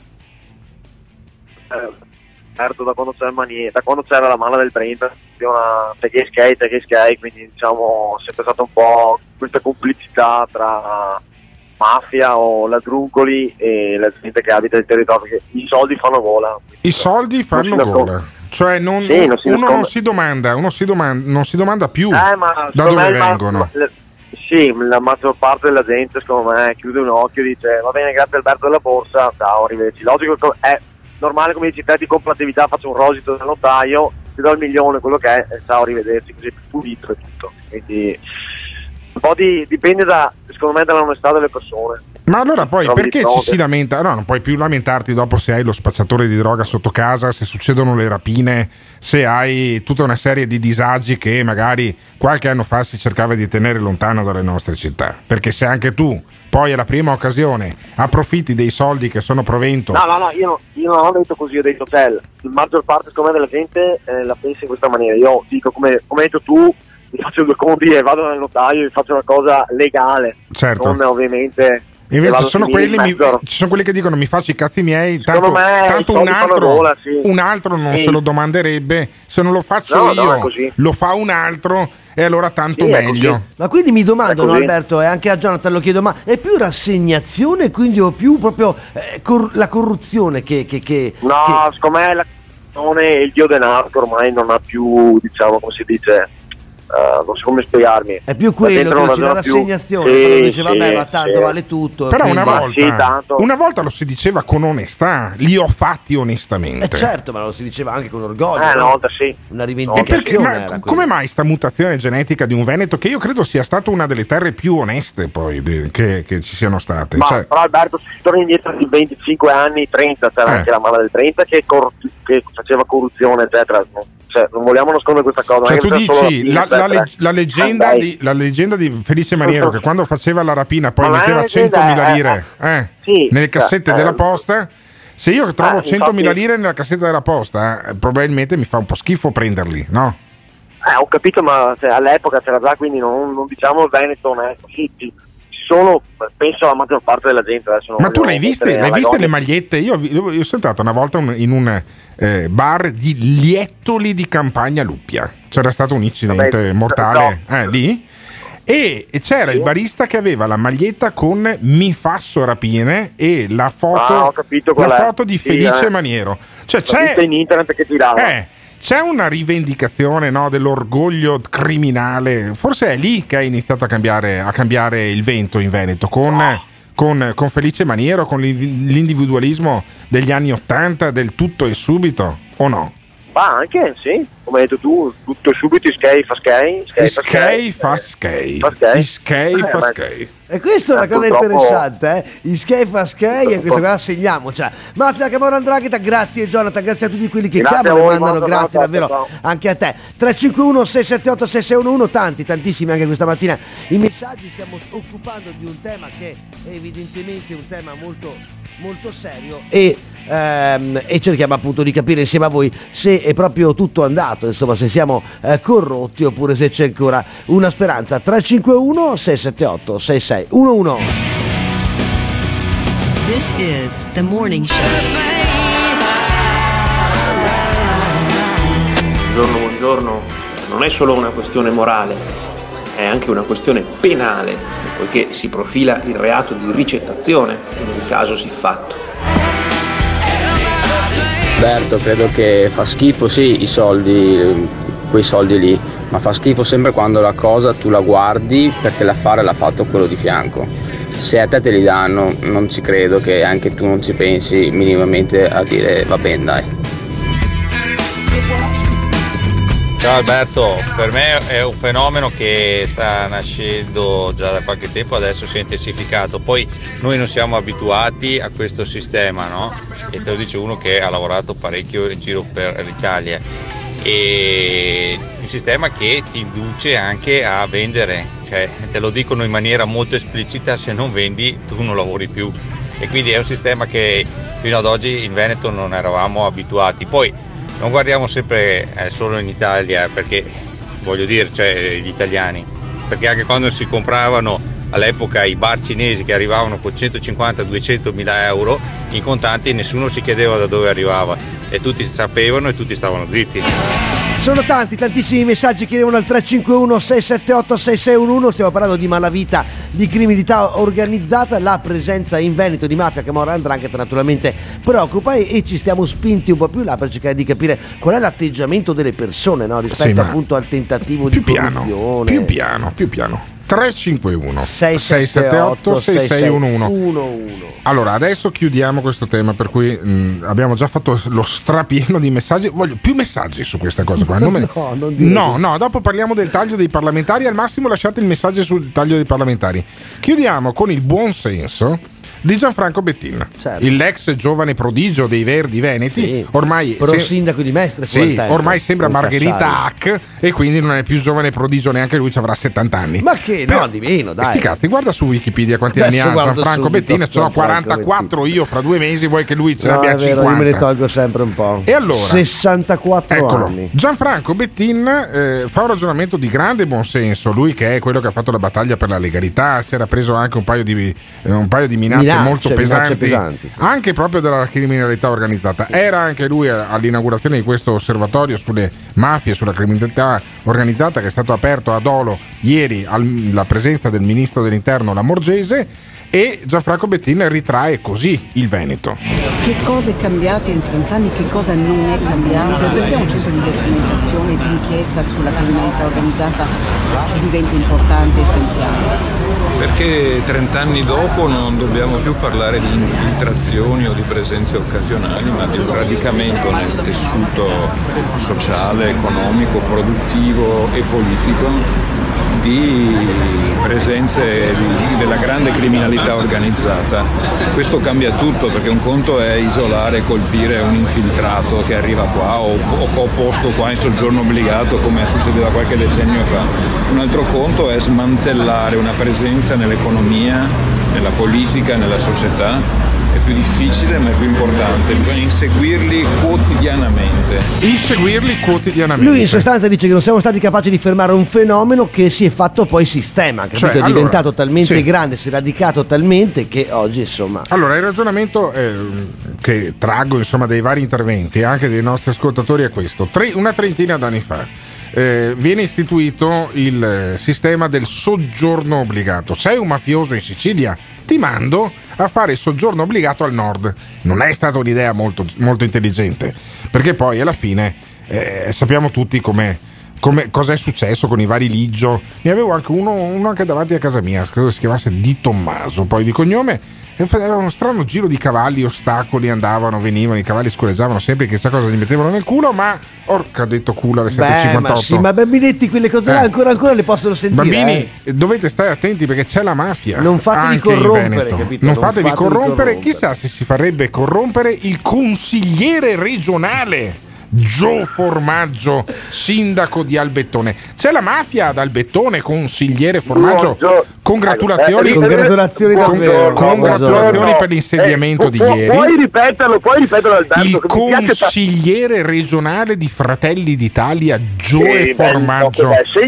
Certo, da quando c'era la mala del 30, che skate, quindi diciamo sempre stata un po' questa complicità tra mafia o ladruncoli e la gente che abita nel territorio, perché i soldi fanno gola. I soldi fanno gola. Cioè non si domanda più ma da dove vengono. Sì, la maggior parte della gente secondo me chiude un occhio e dice va bene, grazie Alberto della borsa, ciao, arrivederci. Logico, è normale, come dici te, ti compro l'attività, faccio un rosito dal notaio, ti do il milione, quello che è, ciao, arrivederci, così pulito e tutto. Quindi un po' dipende secondo me dall'onestà delle persone. Ma allora poi perché ci si lamenta? No, non puoi più lamentarti dopo se hai lo spacciatore di droga sotto casa, se succedono le rapine, se hai tutta una serie di disagi che magari qualche anno fa si cercava di tenere lontano dalle nostre città. Perché se anche tu poi alla prima occasione approfitti dei soldi che sono provento. No, io non ho detto così, ho detto la maggior parte secondo me della gente la pensa in questa maniera. Io dico come hai detto tu, mi faccio due conti e vado dal notaio e faccio una cosa legale. Certo. Non ovviamente. Invece ci sono quelli che dicono mi faccio i cazzi miei, tanto un altro non se lo domanderebbe, se non lo faccio io lo fa un altro e allora tanto meglio. Ma quindi mi domando, no, Alberto, e anche a Jonathan lo chiedo, ma è più rassegnazione, quindi o più proprio la corruzione che secondo me la corruzione e il dio denaro che ormai non ha più, diciamo, come si dice, non so come spiegarmi. È più quello che c'è la rassegnazione, quando dice vabbè, ma tanto vale tutto. Però una volta lo si diceva con onestà, li ho fatti onestamente. Certo, ma lo si diceva anche con orgoglio. Una volta sì. Una rivendicazione. Ma come mai sta mutazione genetica di un Veneto, che io credo sia stata una delle terre più oneste poi che ci siano state? Ma però Alberto, se si torna indietro di 25 anni, 30, c'era anche la mala del 30 che faceva corruzione, eccetera. Non vogliamo nascondere questa cosa. Cioè tu dici la leggenda di Felice Maniero che quando faceva la rapina poi metteva 100.000 lire nelle cassette della posta. Se io trovo 100.000 lire nella cassetta della posta, probabilmente mi fa un po' schifo prenderli, no? Ho capito, ma all'epoca c'era già, quindi non diciamo il Veneto onesto. Sì, sono, penso, la maggior parte della gente. Adesso ma tu l'hai viste le magliette? Io sono entrato una volta in un bar di liettoli di Campagna Luppia. C'era stato un incidente mortale lì e c'era il barista che aveva la maglietta con mi fasso rapine e la foto, di Felice Maniero. Cioè c'è in internet che girava. C'è una rivendicazione, no, dell'orgoglio criminale. Forse è lì che ha iniziato a cambiare il vento in Veneto con Felice Maniero, con l'individualismo degli anni '80 del tutto e subito, o no? Ma anche sì, come hai detto tu, tutto subito, skate fa skate. E questa è una cosa interessante, skate fa skate, e questa cosa segniamocela. Mafia Camorra 'Ndrangheta, grazie Jonathan, grazie a tutti quelli che chiamano e mandano, grazie davvero anche a te. 351 678 6611, tantissimi anche questa mattina i messaggi. Stiamo occupando di un tema che è evidentemente un tema molto molto serio e cerchiamo appunto di capire insieme a voi se è proprio tutto andato, insomma, se siamo corrotti oppure se c'è ancora una speranza. 351 678 6611. This is the morning show. Buongiorno, non è solo una questione morale, è anche una questione penale, poiché si profila il reato di ricettazione in un caso siffatto. Alberto, credo che fa schifo sì i soldi, quei soldi lì, ma fa schifo sempre quando la cosa tu la guardi perché l'affare l'ha fatto quello di fianco. Se a te li danno, non ci credo che anche tu non ci pensi minimamente a dire va bene dai. Ciao Alberto, per me è un fenomeno che sta nascendo già da qualche tempo, adesso si è intensificato, poi noi non siamo abituati a questo sistema, no? E te lo dice uno che ha lavorato parecchio in giro per l'Italia, e un sistema che ti induce anche a vendere, cioè te lo dicono in maniera molto esplicita: se non vendi tu non lavori più, e quindi è un sistema che fino ad oggi in Veneto non eravamo abituati. Poi non guardiamo sempre solo in Italia, perché voglio dire, cioè gli italiani, perché anche quando si compravano all'epoca i bar cinesi che arrivavano con 150-200 mila euro in contanti, nessuno si chiedeva da dove arrivava e tutti sapevano e tutti stavano zitti. Sono tantissimi messaggi che arrivano al 351 678 6611. Stiamo parlando di malavita, di criminalità organizzata. La presenza in Veneto di mafia, camorra e 'ndrangheta naturalmente preoccupa e ci stiamo spinti un po' più là per cercare di capire qual è l'atteggiamento delle persone, no? Rispetto appunto al tentativo di corruzione. Più piano. 351 678 6611. Allora, adesso chiudiamo questo tema, per cui abbiamo già fatto lo strapieno di messaggi. Voglio più messaggi su questa cosa qua. No, dopo parliamo del taglio dei parlamentari. Al massimo lasciate il messaggio sul taglio dei parlamentari. Chiudiamo con il buon senso di Gianfranco Bettin, certo. L'ex giovane prodigio dei Verdi Veneti, sì, ormai pro sindaco di Mestre, sì, ormai sembra Margherita Hack e quindi non è più giovane prodigio neanche lui, ci avrà 70 anni. Ma che no, di meno, dai. Sti cazzi, guarda su Wikipedia quanti anni ha Gianfranco Bettin, sono 44, io fra 2 mesi vuoi che lui ce ne abbia 50. Io me ne tolgo sempre un po'. E allora 64 anni. Gianfranco Bettin fa un ragionamento di grande buonsenso, lui che è quello che ha fatto la battaglia per la legalità, si era preso anche un paio di minacce molto pesanti, sì, anche proprio della criminalità organizzata. Era anche lui all'inaugurazione di questo osservatorio sulle mafie, sulla criminalità organizzata, che è stato aperto ad Olo ieri alla presenza del ministro dell'interno Lamorgese, e Gianfranco Bettin ritrae così il Veneto. Che cosa è cambiato in 30 anni, che cosa non è cambiato, perché un centro di documentazione e di inchiesta sulla criminalità organizzata diventa importante e essenziale? Perché 30 anni dopo non dobbiamo più parlare di infiltrazioni o di presenze occasionali, ma di un radicamento nel tessuto sociale, economico, produttivo e politico di presenze della grande criminalità organizzata. Questo cambia tutto, perché un conto è isolare e colpire un infiltrato che arriva qua o posto qua in soggiorno obbligato, come succedeva qualche decennio fa. Un altro conto è smantellare una presenza nell'economia, nella politica, nella società. È più difficile ma è più importante, bisogna inseguirli quotidianamente. Lui in sostanza dice che non siamo stati capaci di fermare un fenomeno che si è fatto poi sistema, capito? Cioè, è diventato talmente grande, si è radicato talmente che oggi insomma. Allora il ragionamento che traggo insomma dai vari interventi anche dei nostri ascoltatori è questo. Una trentina d'anni fa viene istituito il sistema del soggiorno obbligato. Sei un mafioso in Sicilia, ti mando a fare il soggiorno obbligato al nord. Non è stata un'idea molto, molto intelligente, perché poi alla fine sappiamo tutti cosa è successo con i vari Liggio. Ne avevo anche uno anche davanti a casa mia, credo si chiamasse Di Tommaso, poi di cognome, e faceva uno strano giro di cavalli, ostacoli, andavano, venivano, i cavalli scureggiavano sempre, chissà cosa gli mettevano nel culo, ma orca detto culo alle 7:58. Ma sì, ma bambinetti quelle cose là ancora le possono sentire. Bambini, dovete stare attenti perché c'è la mafia. Non fatevi corrompere, capito? Non fatevi corrompere. Chissà se si farebbe corrompere il consigliere regionale Gio Formaggio, sindaco di Albettone. C'è la mafia ad Albettone, consigliere Formaggio. Congratulazioni. Congratulazioni davvero. Congratulazioni per l'insediamento di ieri. Puoi ripeterlo Alberto. Il consigliere regionale di Fratelli d'Italia Gio Formaggio,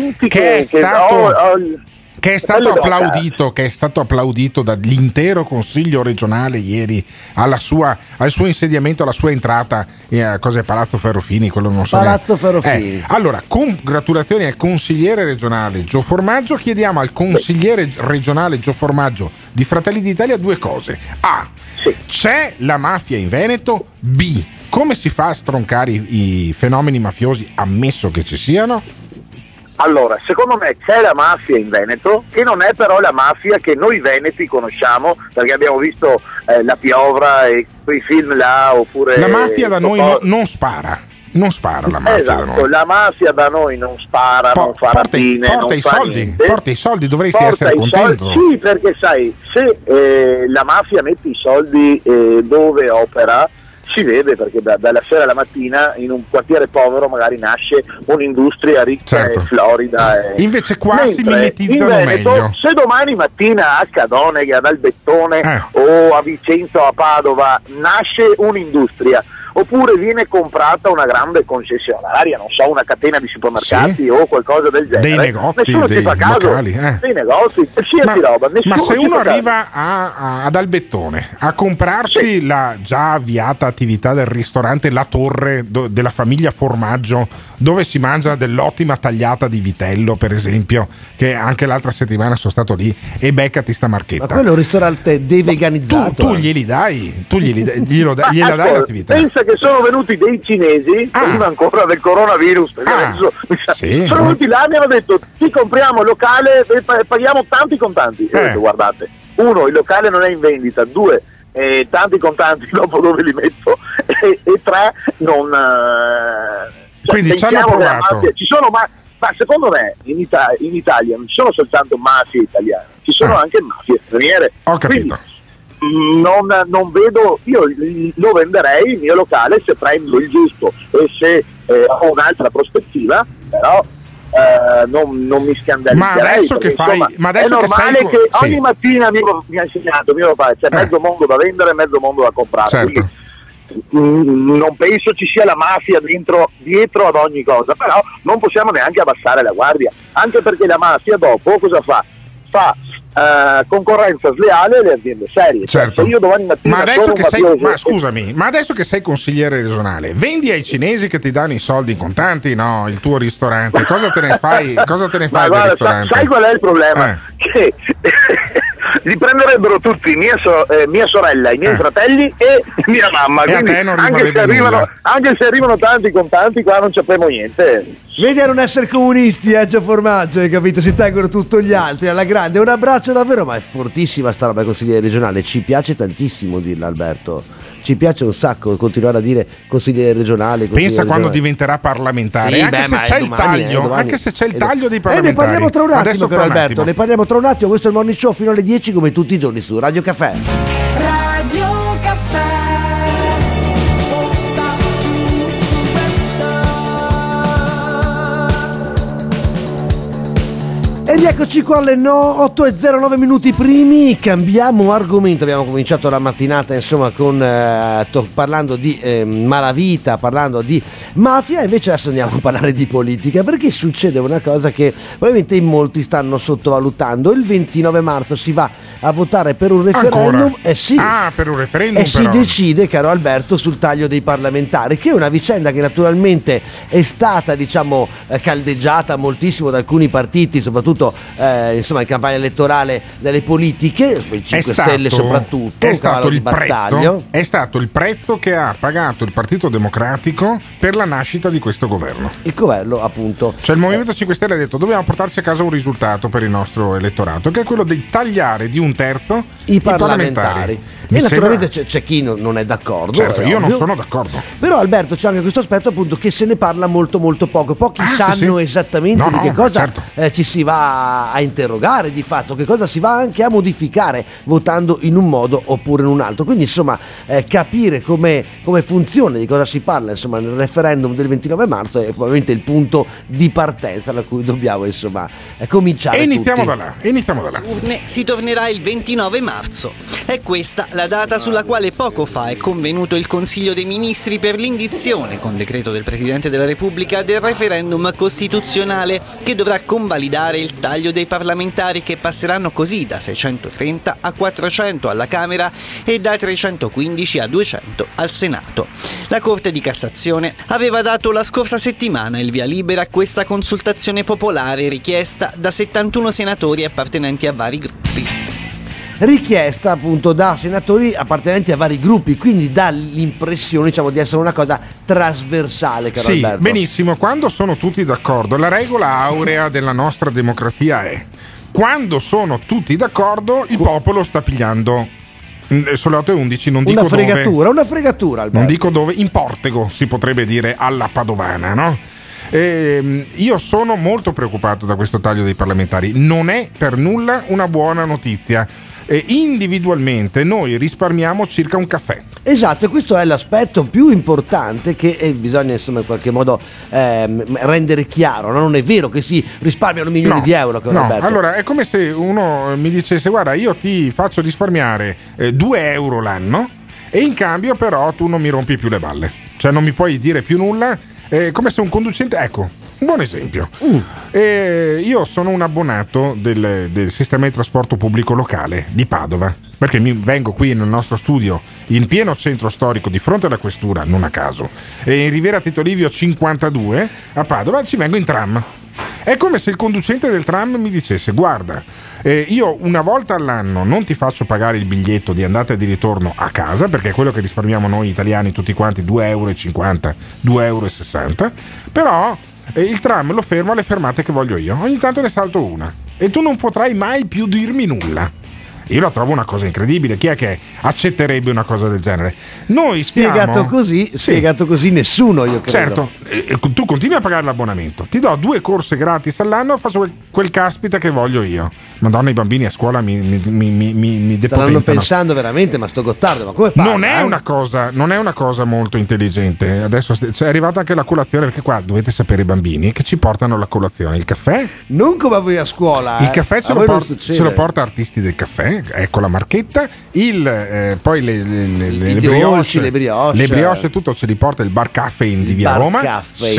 che è stato applaudito dall'intero consiglio regionale ieri al suo insediamento, alla sua entrata a Palazzo Ferrofini, quello non so. Palazzo Ferrofini. Allora, congratulazioni al consigliere regionale Gio Formaggio. Chiediamo al consigliere regionale Gio Formaggio di Fratelli d'Italia due cose: A, c'è la mafia in Veneto? B, come si fa a stroncare i fenomeni mafiosi, ammesso che ci siano? Allora, secondo me c'è la mafia in Veneto, che non è però la mafia che noi veneti conosciamo, perché abbiamo visto La Piovra e quei film là, oppure... La mafia da noi non spara. Non spara la mafia da noi. La mafia da noi non spara, non fa rapine, porta i soldi, porta i soldi, dovresti essere contento. Sì, perché sai, se la mafia mette i soldi dove opera, si vede, perché dalla sera alla mattina in un quartiere povero magari nasce un'industria ricca e florida. Invece qua si mimetizzano meglio. Se domani mattina a Cadonega, ad Albettone o a Vicenza o a Padova nasce un'industria, oppure viene comprata una grande concessionaria, non so, una catena di supermercati o qualcosa del genere. Dei negozi, nessuno dei ci fa caso, locali. dei negozi, qualsiasi roba. Ma se ci uno fa caso. arriva ad Albettone a comprarsi la già avviata attività del ristorante La Torre della famiglia Formaggio, dove si mangia dell'ottima tagliata di vitello, per esempio, che anche l'altra settimana sono stato lì, e beccati sta marchetta. Ma quello è un ristorante deveganizzato. Tu glieli dai, gliela dai l'attività. Pensa che sono venuti dei cinesi prima ancora del coronavirus, sono venuti là e mi hanno detto: ti compriamo il locale e paghiamo tanti contanti. E ho detto: guardate, uno, il locale non è in vendita, due, tanti contanti dopo dove li metto, e tre, non quindi ci hanno provato. Ci sono, ma secondo me in Italia non ci sono soltanto mafie italiane, ci sono anche mafie straniere. Ho capito. Quindi, non vedo, io lo venderei il mio locale se prendo il giusto e se ho un'altra prospettiva, però non mi scandalizzerei. Ma adesso che fai, ma adesso è normale che ogni mattina mi ha insegnato mio papà, c'è mezzo mondo da vendere e mezzo mondo da comprare. Certo. Quindi, non penso ci sia la mafia dietro ad ogni cosa, però non possiamo neanche abbassare la guardia, anche perché la mafia dopo cosa fa? Fa concorrenza sleale alle aziende serie. Certo. Cioè, io domani mattina ma adesso che sei consigliere regionale, vendi ai cinesi che ti danno i soldi in contanti, no? Il tuo ristorante, cosa te ne fai? Del ristorante? Sai qual è il problema? Che li prenderebbero tutti, mia sorella, i miei fratelli e mia mamma. E quindi a te non anche se arrivano tanti contanti, qua non c'apriamo niente. Vedi a non essere comunisti, Gio Formaggio, hai capito? Si tengono tutto gli altri alla grande. Un abbraccio davvero, ma è fortissima sta roba consigliere regionale. Ci piace tantissimo dirla, Alberto. Ci piace un sacco continuare a dire consigliere regionale. Pensa quando diventerà parlamentare, anche se c'è il taglio, anche se c'è il taglio dei parlamentari. Ne parliamo tra un attimo, caro Alberto. Attimo. Ne parliamo tra un attimo. Questo è il Morning Show fino alle 10, come tutti i giorni su Radio Caffè. Radio Caffè. E rieccoci qua alle 8:09 minuti primi. Cambiamo argomento. Abbiamo cominciato la mattinata insomma con parlando di malavita, parlando di mafia. Invece adesso andiamo a parlare di politica, perché succede una cosa che probabilmente in molti stanno sottovalutando. Il 29 marzo si va a votare per un referendum. Sì. Per un referendum. E si decide, caro Alberto, sul taglio dei parlamentari, che è una vicenda che naturalmente è stata, diciamo, caldeggiata moltissimo da alcuni partiti, soprattutto insomma in campagna elettorale delle politiche, il 5 Stelle soprattutto, è stato il prezzo che ha pagato il Partito Democratico per la nascita di questo governo. Il governo, appunto. Cioè il Movimento 5 Stelle ha detto: dobbiamo portarci a casa un risultato per il nostro elettorato, che è quello di tagliare di un terzo i parlamentari. E naturalmente c'è chi non è d'accordo. Certo, io non sono d'accordo. Però Alberto, c'è anche questo aspetto appunto che se ne parla molto molto poco. Pochi sanno esattamente di che cosa ci si va a interrogare di fatto, che cosa si va anche a modificare votando in un modo oppure in un altro. Quindi insomma capire come funziona, di cosa si parla insomma nel referendum del 29 marzo è probabilmente il punto di partenza da cui dobbiamo insomma cominciare. E iniziamo da là. Urne si tornerà il 29 marzo. È questa la data sulla quale poco fa è convenuto il Consiglio dei Ministri per l'indizione, con decreto del Presidente della Repubblica, del referendum costituzionale che dovrà convalidare il taglio dei parlamentari, che passeranno così da 630 a 400 alla Camera e da 315 a 200 al Senato. La Corte di Cassazione aveva dato la scorsa settimana il via libera a questa consultazione popolare richiesta da 71 senatori appartenenti a vari gruppi. Richiesta appunto da senatori appartenenti a vari gruppi, quindi dà l'impressione, diciamo, di essere una cosa trasversale, caro Alberto. Benissimo, quando sono tutti d'accordo, la regola aurea della nostra democrazia è: quando sono tutti d'accordo, il popolo sta pigliando sulle 8:11, non dico dove. Una fregatura, Alberto. Non dico dove, in Portego si potrebbe dire, alla padovana, no? Io sono molto preoccupato da questo taglio dei parlamentari. Non è per nulla una buona notizia. Individualmente noi risparmiamo circa un caffè. Esatto, e questo è l'aspetto più importante che bisogna insomma in qualche modo rendere chiaro, no? Non è vero che si risparmiano milioni di euro, Alberto. Allora è come se uno mi dicesse: guarda, io ti faccio risparmiare 2 euro l'anno e in cambio però tu non mi rompi più le balle. cioè non mi puoi dire più nulla, come se un conducente, ecco, un buon esempio. Io sono un abbonato del sistema di trasporto pubblico locale di Padova, perché vengo qui nel nostro studio in pieno centro storico di fronte alla questura, non a caso, e in Riviera Tito Livio 52 a Padova ci vengo in tram. È come se il conducente del tram mi dicesse: guarda, io una volta all'anno non ti faccio pagare il biglietto di andata e di ritorno a casa, perché è quello che risparmiamo noi italiani tutti quanti, 2,50 €, 2,60 €, però il tram lo fermo alle fermate che voglio io, ogni tanto ne salto una e tu non potrai mai più dirmi nulla. Io la trovo una cosa incredibile. Chi è che accetterebbe una cosa del genere? Noi spiegato così nessuno, io credo. Certo, tu continui a pagare l'abbonamento, ti do 2 corse gratis all'anno, faccio quel caspita che voglio io. Madonna, i bambini a scuola mi depotenzano. Stanno pensando veramente, ma sto Gottardo, ma come parla? Non è una cosa molto intelligente. Adesso è arrivata anche la colazione, perché qua dovete sapere, i bambini che ci portano la colazione, il caffè. Non come voi a scuola. Il caffè ce lo porta Artisti del Caffè, ecco la marchetta. Poi le brioche e tutto ce li porta il Bar Caffeine di Via Roma.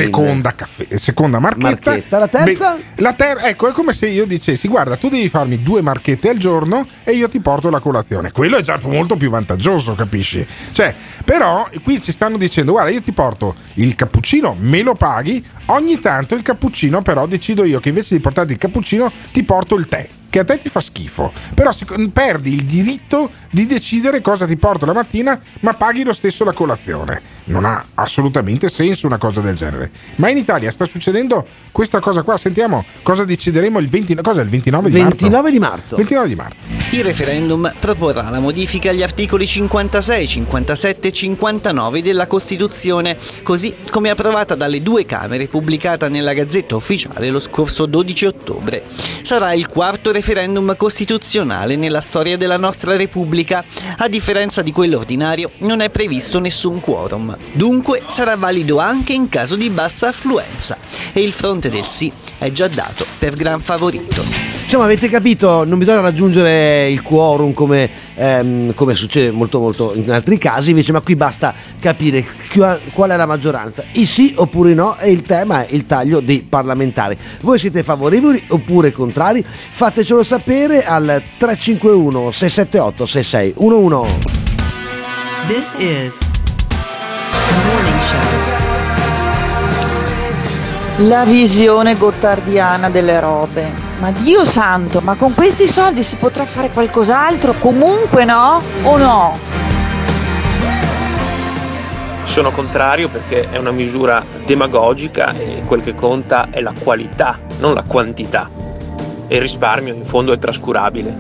Seconda marchetta. La terza? Ecco, è come se io dicessi: guarda, tu devi farmi 2 marchette al giorno e io ti porto la colazione. Quello è già molto più vantaggioso, capisci? Cioè, però qui ci stanno dicendo: guarda, io ti porto il cappuccino, me lo paghi, ogni tanto il cappuccino però decido io che invece di portarti il cappuccino ti porto il tè, che a te ti fa schifo, però perdi il diritto di decidere cosa ti porto la mattina, ma paghi lo stesso la colazione. Non ha assolutamente senso una cosa del genere. Ma in Italia sta succedendo questa cosa qua. Sentiamo cosa decideremo il 29 di marzo. 29 di marzo. Il referendum proporrà la modifica agli articoli 56, 57 e 59 della Costituzione, così come approvata dalle 2 Camere, pubblicata nella Gazzetta Ufficiale lo scorso 12 ottobre. Sarà il quarto referendum costituzionale nella storia della nostra Repubblica. A differenza di quello ordinario, non è previsto nessun quorum. Dunque sarà valido anche in caso di bassa affluenza. E il fronte del sì è già dato per gran favorito. Insomma, avete capito, non bisogna raggiungere il quorum come succede molto in altri casi, invece, ma qui basta capire qual è la maggioranza, i sì oppure i no, e il tema è il taglio dei parlamentari. Voi siete favorevoli oppure contrari? Fatecelo sapere al 351 678 6611. This is The Morning Show. La visione gottardiana delle robe. Ma Dio santo, ma con questi soldi si potrà fare qualcos'altro comunque, no? O no? Sono contrario perché è una misura demagogica e quel che conta è la qualità, non la quantità. E il risparmio in fondo è trascurabile.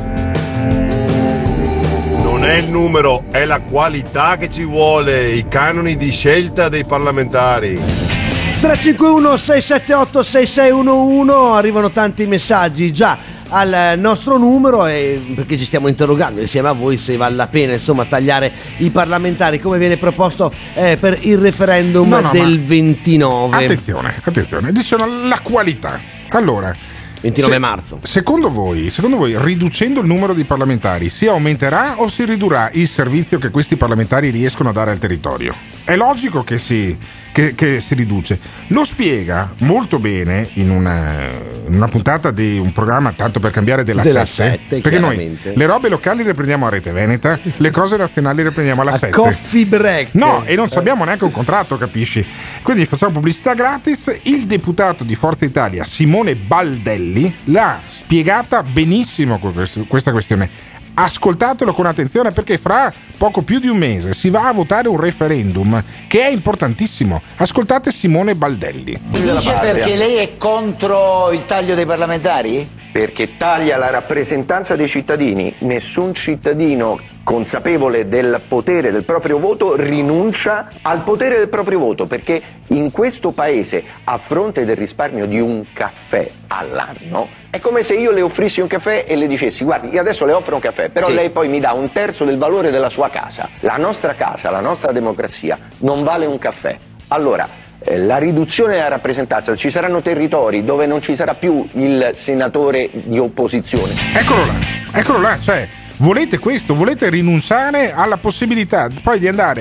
Non è il numero, è la qualità che ci vuole, i canoni di scelta dei parlamentari. 351 678 6611, arrivano tanti messaggi già al nostro numero, perché ci stiamo interrogando insieme a voi se vale la pena, insomma, tagliare i parlamentari come viene proposto per il referendum del 29. Attenzione, dicono la qualità. Allora, 29 marzo. Secondo voi, riducendo il numero di parlamentari, si aumenterà o si ridurrà il servizio che questi parlamentari riescono a dare al territorio? È logico che si riduce. Lo spiega molto bene in una puntata di un programma, tanto per cambiare, della 7, perché noi le robe locali le prendiamo a Rete Veneta, le cose nazionali le prendiamo alla 7. Coffee break. No, e non abbiamo neanche un contratto, capisci? Quindi facciamo pubblicità gratis. Il deputato di Forza Italia Simone Baldelli l'ha spiegata benissimo questa questione. Ascoltatelo con attenzione, perché fra poco più di un mese si va a votare un referendum che è importantissimo. Ascoltate Simone Baldelli. Dice perché lei è contro il taglio dei parlamentari? Perché taglia la rappresentanza dei cittadini. Nessun cittadino consapevole del potere del proprio voto rinuncia al potere del proprio voto, perché in questo paese, a fronte del risparmio di un caffè all'anno, è come se io le offrissi un caffè e le dicessi: guardi, io adesso le offro un caffè, però lei poi mi dà 1/3 del valore della sua casa. La nostra casa, la nostra democrazia non vale un caffè. Allora, la riduzione della rappresentanza, ci saranno territori dove non ci sarà più il senatore di opposizione. Eccolo là, cioè volete questo, volete rinunciare alla possibilità poi di andare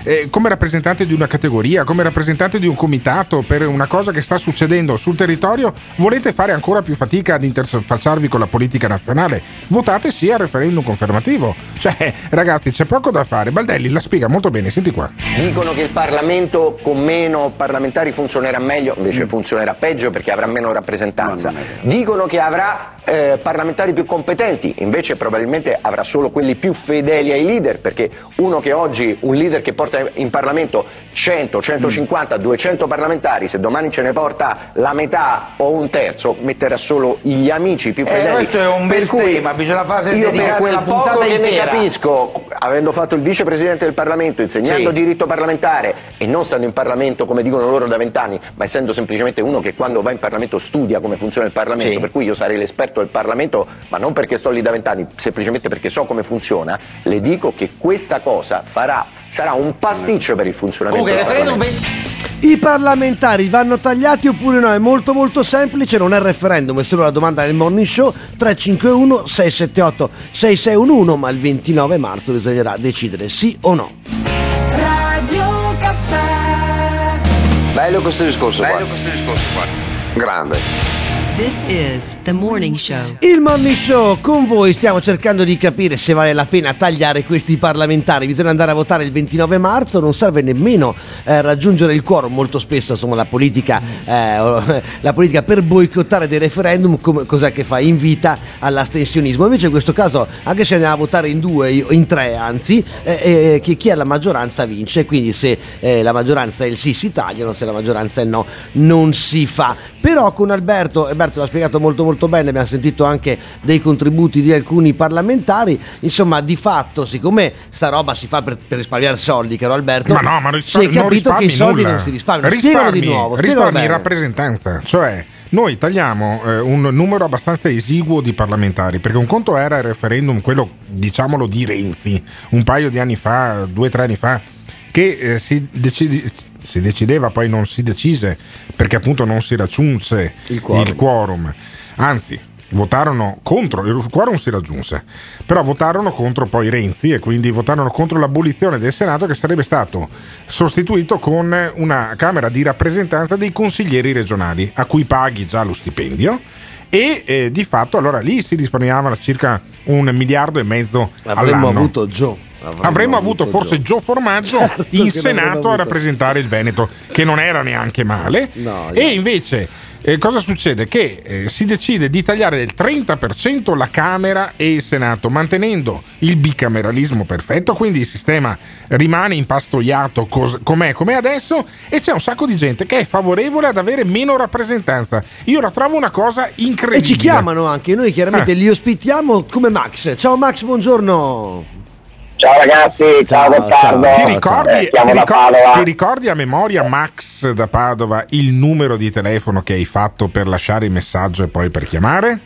come rappresentante di una categoria, come rappresentante di un comitato per una cosa che sta succedendo sul territorio, volete fare ancora più fatica ad interfacciarvi con la politica nazionale? Votate sì al referendum confermativo. Cioè, ragazzi, c'è poco da fare. Baldelli la spiega molto bene, senti qua. Dicono che il Parlamento con meno parlamentari funzionerà meglio, invece funzionerà peggio perché avrà meno rappresentanza. Dicono che avrà parlamentari più competenti, invece probabilmente avrà solo quelli più fedeli ai leader, perché un leader che porta in Parlamento 100, 150, 200 parlamentari, se domani ce ne porta la metà o un terzo, metterà solo gli amici più fedeli. Questo è un bel tema, bisogna fare dedicare la puntata che intera. ne capisco, avendo fatto il vicepresidente del Parlamento, insegnando diritto parlamentare e non stando in Parlamento come dicono loro da 20 anni, ma essendo semplicemente uno che quando va in Parlamento studia come funziona il Parlamento, per cui io sarei l'esperto del Parlamento, ma non perché sto lì da 20 anni, semplicemente perché so come funziona, le dico che questa cosa sarà un pasticcio per il funzionamento del Parlamento. I parlamentari vanno tagliati oppure no? È molto molto semplice, non è il referendum, è solo la domanda del Morning Show. 351 678 6611, ma il 29 marzo bisognerà decidere sì o no. Radio Caffè. Bello questo discorso qua. Grande. This is the Morning Show. Il Morning Show con voi, stiamo cercando di capire se vale la pena tagliare questi parlamentari. Bisogna andare a votare il 29 marzo, non serve nemmeno raggiungere il quorum. Molto spesso insomma la politica per boicottare dei referendum cos'è che fa? Invita all'astensionismo. Invece in questo caso, anche se andiamo a votare in 2, in 3 anzi, chi ha la maggioranza vince, quindi se la maggioranza è il sì si tagliano, se la maggioranza è il no non si fa. Però con Alberto l'ha spiegato molto molto bene, abbiamo sentito anche dei contributi di alcuni parlamentari, insomma di fatto siccome sta roba si fa per risparmiare soldi, caro Alberto, ma si è capito che i soldi non si risparmiano. Spiegalo di nuovo, risparmi rappresentanza, cioè noi tagliamo un numero abbastanza esiguo di parlamentari, perché un conto era il referendum, quello diciamolo di Renzi, un paio di anni fa, 2-3 anni fa, che si decideva, poi non si decise perché appunto non si raggiunse il quorum. Anzi, votarono contro, il quorum si raggiunse, però votarono contro poi Renzi e quindi votarono contro l'abolizione del Senato, che sarebbe stato sostituito con una Camera di rappresentanza dei consiglieri regionali a cui paghi già lo stipendio. E di fatto allora lì si risparmiavano circa 1,5 miliardi all'anno. Avremmo avuto forse Gio Formaggio in Senato a rappresentare il Veneto, che non era neanche male. E invece cosa succede? Che si decide di tagliare del 30% la Camera e il Senato, mantenendo il bicameralismo perfetto, quindi il sistema rimane impastoiato com'è adesso, e c'è un sacco di gente che è favorevole ad avere meno rappresentanza. Io la trovo una cosa incredibile. E ci chiamano anche, noi chiaramente li ospitiamo come Max. Ciao Max, buongiorno. Ciao ragazzi, ciao Gottardo. Ti ricordi a memoria, Max da Padova, il numero di telefono che hai fatto per lasciare il messaggio e poi per chiamare?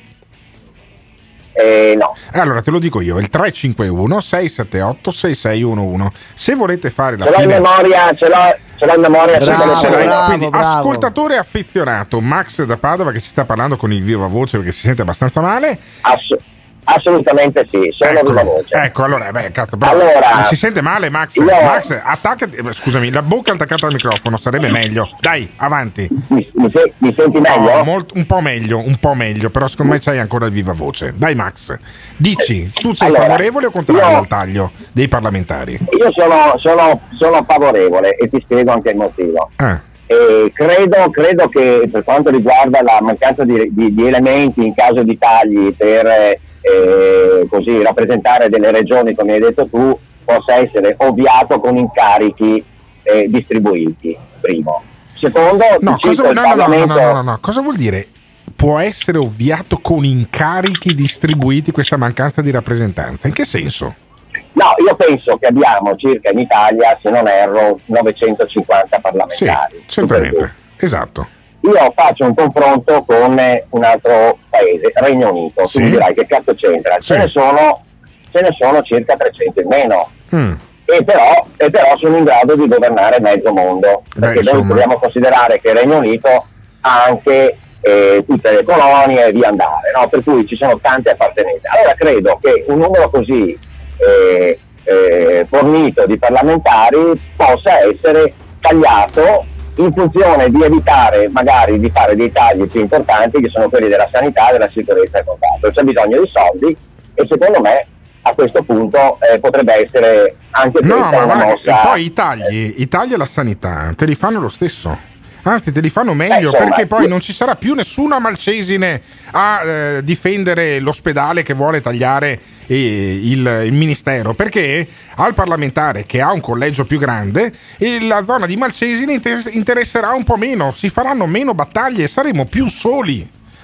No. Allora te lo dico io, il 351 678 6611. Se volete fare la ce l'ho in memoria. Quindi ascoltatore affezionato Max da Padova, che si sta parlando con il viva voce perché si sente abbastanza male. Assolutamente sì, sono viva voce. Ecco, allora, si sente male Max? Max, attaccati, scusami, la bocca attaccata al microfono, sarebbe meglio. Dai, avanti. Mi senti meglio? Un po' meglio, però secondo me c'hai ancora il viva voce. Dai Max, dici, tu sei favorevole o contrario al taglio dei parlamentari? Io sono favorevole e ti spiego anche il motivo. Credo che per quanto riguarda la mancanza di elementi in caso di tagli per così rappresentare delle regioni, come hai detto tu, possa essere ovviato con incarichi distribuiti, primo. Secondo, cosa vuol dire? Può essere ovviato con incarichi distribuiti questa mancanza di rappresentanza? In che senso? No, io penso che abbiamo circa in Italia, se non erro, 950 parlamentari. Sì, certamente, esatto. Io faccio un confronto con un altro paese, Regno Unito. Tu mi dirai che cazzo c'entra? Ce ne sono circa 300 in meno. E però sono in grado di governare mezzo mondo, perché noi dobbiamo considerare che il Regno Unito ha anche tutte le colonie e via andare, no? Per cui ci sono tante appartenenze. Allora credo che un numero così fornito di parlamentari possa essere tagliato in funzione di evitare magari di fare dei tagli più importanti, che sono quelli della sanità, della sicurezza e quant'altro. C'è bisogno di soldi e secondo me a questo punto potrebbe essere anche questa una mossa. Poi i tagli alla sanità te li fanno lo stesso. Anzi, te li fanno meglio, insomma, perché poi non ci sarà più nessuna Malcesine a difendere l'ospedale che vuole tagliare il ministero, perché al parlamentare che ha un collegio più grande la zona di Malcesine interesserà un po' meno, si faranno meno battaglie, saremo più soli.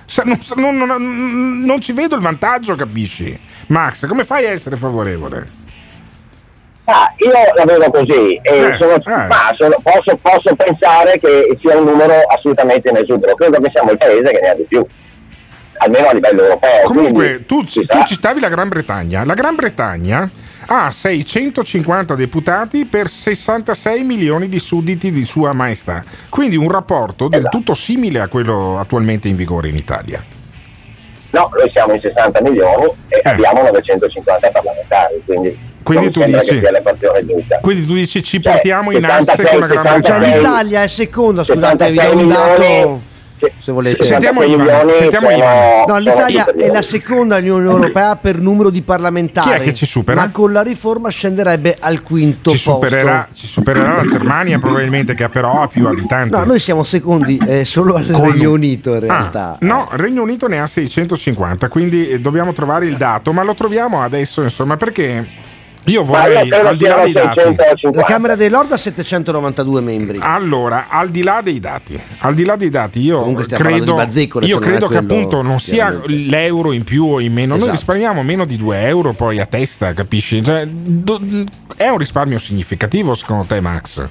Non ci vedo il vantaggio, capisci? Max, come fai a essere favorevole? Io la vedo così e posso pensare che sia un numero assolutamente in esubero. Credo che siamo il paese che ne ha di più, almeno a livello europeo. Comunque tu citavi la Gran Bretagna. La Gran Bretagna ha 650 deputati per 66 milioni di sudditi di Sua Maestà, quindi un rapporto del tutto simile a quello attualmente in vigore in Italia. No, noi siamo in 60 milioni e abbiamo 950 parlamentari, quindi tu dici ci portiamo in asse con la Gran Bretagna. Cioè l'Italia è seconda, scusate, vi do un dato. Se volete. Sentiamo Ivan. No, l'Italia è la seconda Unione Europea per numero di parlamentari. Chi è che ci supera? Ma con la riforma scenderebbe al quinto posto. Ci supererà la Germania probabilmente, che però ha più abitanti. No, noi siamo secondi solo al Regno Unito in realtà. No, il Regno Unito ne ha 650, quindi dobbiamo trovare il dato, ma lo troviamo adesso, insomma, perché io vorrei, al di là dei dati, la Camera dei Lord ha 792 membri. Allora, al di là dei dati, io credo che appunto non sia l'euro in più o in meno. Esatto. Noi risparmiamo meno di 2 euro poi a testa, capisci? Cioè, è un risparmio significativo secondo te, Max?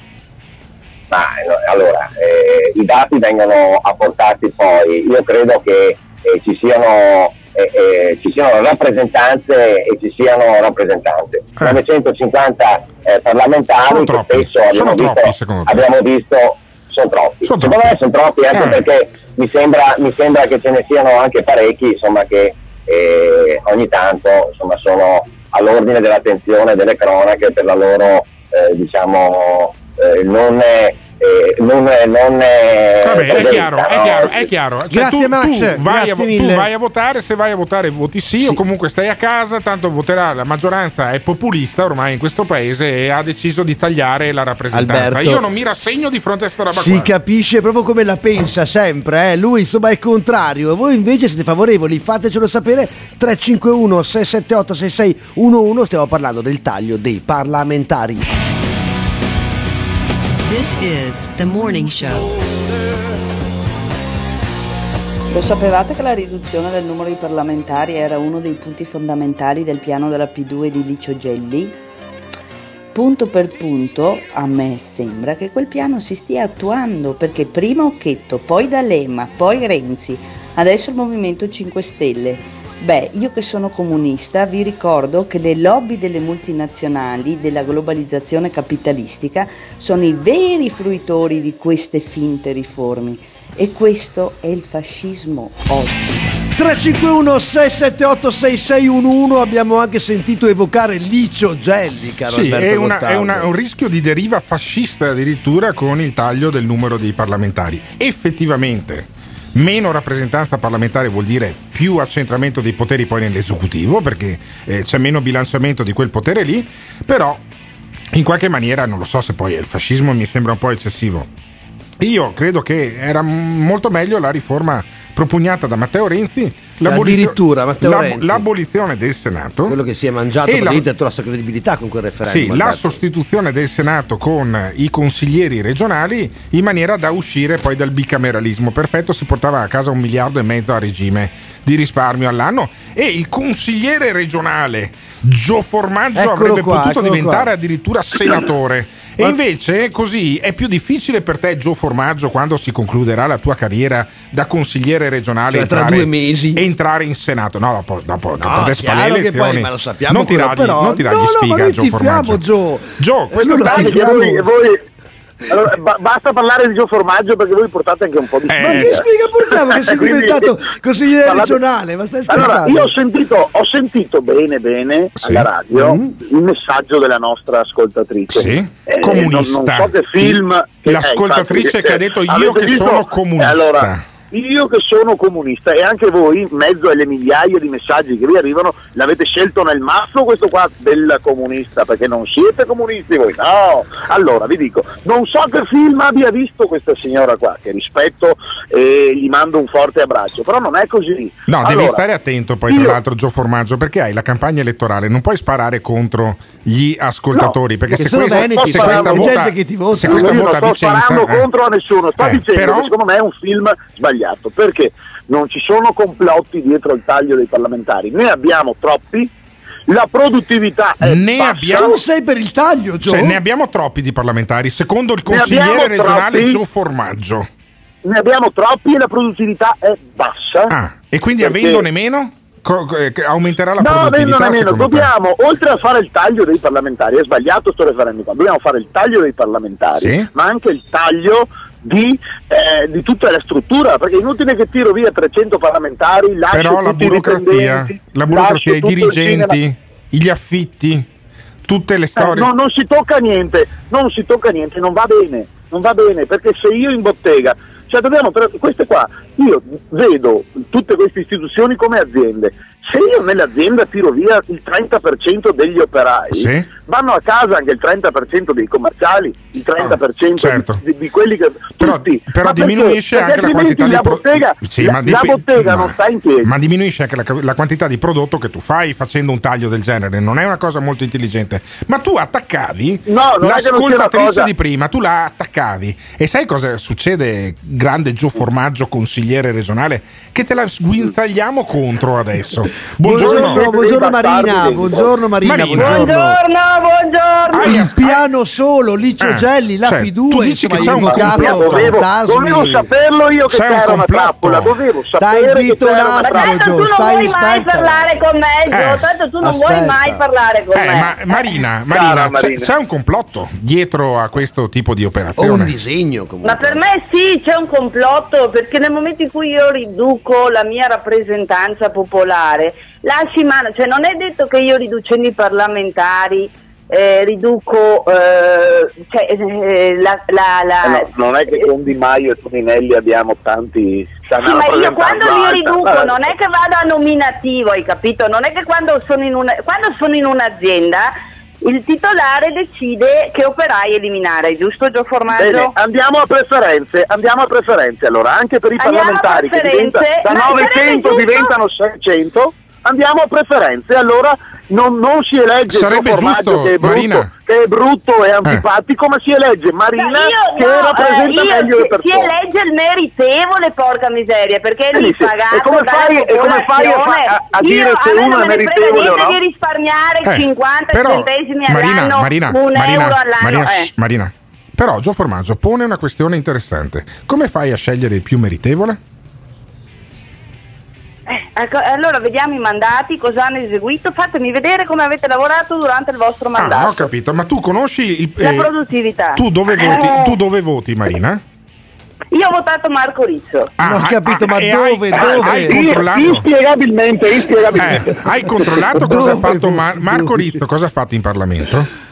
Allora, i dati vengono apportati poi. Io credo che ci siano rappresentanze e ci siano rappresentanze. 950 parlamentari che spesso abbiamo visto sono troppi. Secondo me sono troppi anche perché mi sembra che ce ne siano anche parecchi, insomma, che ogni tanto insomma sono all'ordine dell'attenzione delle cronache per la loro Vabbè, è chiaro. Cioè, grazie Max, tu vai a votare, se vai a votare voti sì, o comunque stai a casa, tanto voterà. La maggioranza è populista ormai in questo paese e ha deciso di tagliare la rappresentanza. Alberto, io non mi rassegno di fronte a sta roba si capisce proprio come la pensa sempre, lui insomma è contrario, voi invece siete favorevoli, fatecelo sapere. 351 678 6611, stiamo parlando del taglio dei parlamentari. This is the morning show. Lo sapevate che la riduzione del numero di parlamentari era uno dei punti fondamentali del piano della P2 di Licio Gelli? Punto per punto, a me sembra che quel piano si stia attuando, perché prima Occhetto, poi D'Alema, poi Renzi, adesso il Movimento 5 Stelle. Io che sono comunista vi ricordo che le lobby delle multinazionali, della globalizzazione capitalistica, sono i veri fruitori di queste finte riforme. E questo è il fascismo oggi. 351 678 6611, abbiamo anche sentito evocare Licio Gelli, caro Alberto. È un rischio di deriva fascista addirittura con il taglio del numero dei parlamentari. Effettivamente meno rappresentanza parlamentare vuol dire più accentramento dei poteri poi nell'esecutivo, perché c'è meno bilanciamento di quel potere lì, però in qualche maniera non lo so se poi il fascismo mi sembra un po' eccessivo. Io credo che era molto meglio la riforma propugnata da Matteo Renzi, addirittura Matteo Renzi, l'abolizione del Senato, quello che si è mangiato la sua credibilità con quel referendum. Sì, la sostituzione del Senato con i consiglieri regionali in maniera da uscire poi dal bicameralismo perfetto. Si portava a casa 1,5 miliardi a regime di risparmio all'anno, e il consigliere regionale Gio Formaggio avrebbe potuto diventare addirittura senatore. E invece così è più difficile per te, Gio Formaggio, quando si concluderà la tua carriera da consigliere regionale, cioè tra 2 mesi entrare in Senato. No, dopo partecipa alle elezioni. Che poi, ma lo sappiamo, non tirargli sfiga, Gio Formaggio. Gio, questo lo tifiamo. Allora, basta parlare di Gio Formaggio perché voi portate anche un po' di Ma che sfiga portiamo che sei diventato consigliere regionale? Ma stai scherzando? Allora, io ho sentito bene alla radio il messaggio della nostra ascoltatrice. Sì. Comunista. Non so che film. L'ascoltatrice che ha detto io che sono comunista. Allora, io che sono comunista, e anche voi, in mezzo alle migliaia di messaggi che vi arrivano, l'avete scelto nel mazzo questo qua della comunista, perché non siete comunisti voi, no. Allora vi dico, non so che film abbia visto questa signora qua, che rispetto e gli mando un forte abbraccio, però non è così. No, allora, devi stare attento poi tra l'altro, Gio Formaggio, perché hai la campagna elettorale, non puoi sparare contro gli ascoltatori, perché se sono veneti, questa vota, gente che ti vota. se questa io vota non sto sparando contro a nessuno, sto dicendo però, che secondo me è un film sbagliato, perché non ci sono complotti dietro il taglio dei parlamentari, ne abbiamo troppi, la produttività è bassa. Tu sei per il taglio, Gio? Cioè, ne abbiamo troppi di parlamentari, secondo il consigliere regionale Gio Formaggio. Ne abbiamo troppi e la produttività è bassa. E quindi perché avendone meno aumenterà la produttività? No, meno. Dobbiamo, oltre a fare il taglio dei parlamentari, è sbagliato sto referendum qua, dobbiamo fare il taglio dei parlamentari, ma anche il taglio di tutta la struttura, perché è inutile che tiro via 300 parlamentari, lascio però la tutti burocrazia, i dirigenti, gli affitti, tutte le storie. No, non si tocca niente, non va bene, perché se io in bottega, cioè queste qua, io vedo tutte queste istituzioni come aziende. Se io nell'azienda tiro via il 30% degli operai, vanno a casa anche il 30% dei commerciali, il 30% di quelli che tutti. Però diminuisce anche la quantità di bottega, la bottega non sta in piedi. Ma diminuisce anche la quantità di prodotto che tu fai facendo un taglio del genere, non è una cosa molto intelligente. Ma tu attaccavi l'ascoltatrice di prima, tu la attaccavi. E sai cosa succede, grande Gio Formaggio, consigliere regionale? Che te la sguinzagliamo contro adesso. Buongiorno Marina. Buongiorno. Il piano solo, Licio Gelli, la P2. Tu dici che c'è un complotto. Dovevo saperlo io che c'era una trappola. Dovevo sapere. Stai zitto un attimo, Gio. Stai mai parlare con me, Gio. Tanto tu non vuoi mai parlare con me. Ma Marina, c'è un complotto dietro a questo tipo di operazione? O un disegno comunque. Ma per me sì, c'è un complotto, perché nel momento in cui io riduco la mia rappresentanza popolare, lasci mano, cioè non è detto che io riducendo i parlamentari riduco non è che con Di Maio e Toninelli abbiamo tanti. Sì, ma io quando li riduco non è che vado a nominativo, hai capito? Non è che quando sono in un'azienda il titolare decide che operai eliminare, giusto Gio Formaggio? Bene, andiamo a preferenze allora, anche per i parlamentari che da 900 diventano 600, andiamo a preferenze, allora non si elegge Gio Formaggio che è brutto e antipatico, ma si elegge Marina che rappresenta meglio le persone. Si elegge il meritevole, porca miseria, perché è lì pagato. E come fai a dire se uno è meritevole o no? Di risparmiare 50 centesimi all'anno, un euro all'anno. Marina, però Gio Formaggio pone una questione interessante. Come fai a scegliere il più meritevole? Allora vediamo i mandati, cosa hanno eseguito, fatemi vedere come avete lavorato durante il vostro mandato. Ho capito, ma tu conosci la produttività. Tu dove voti, Marina? Io ho votato Marco Rizzo. Non ho capito, ma dove? Hai controllato? Inspiegabilmente. Hai controllato cosa ha fatto Marco Rizzo? Cosa ha fatto in Parlamento?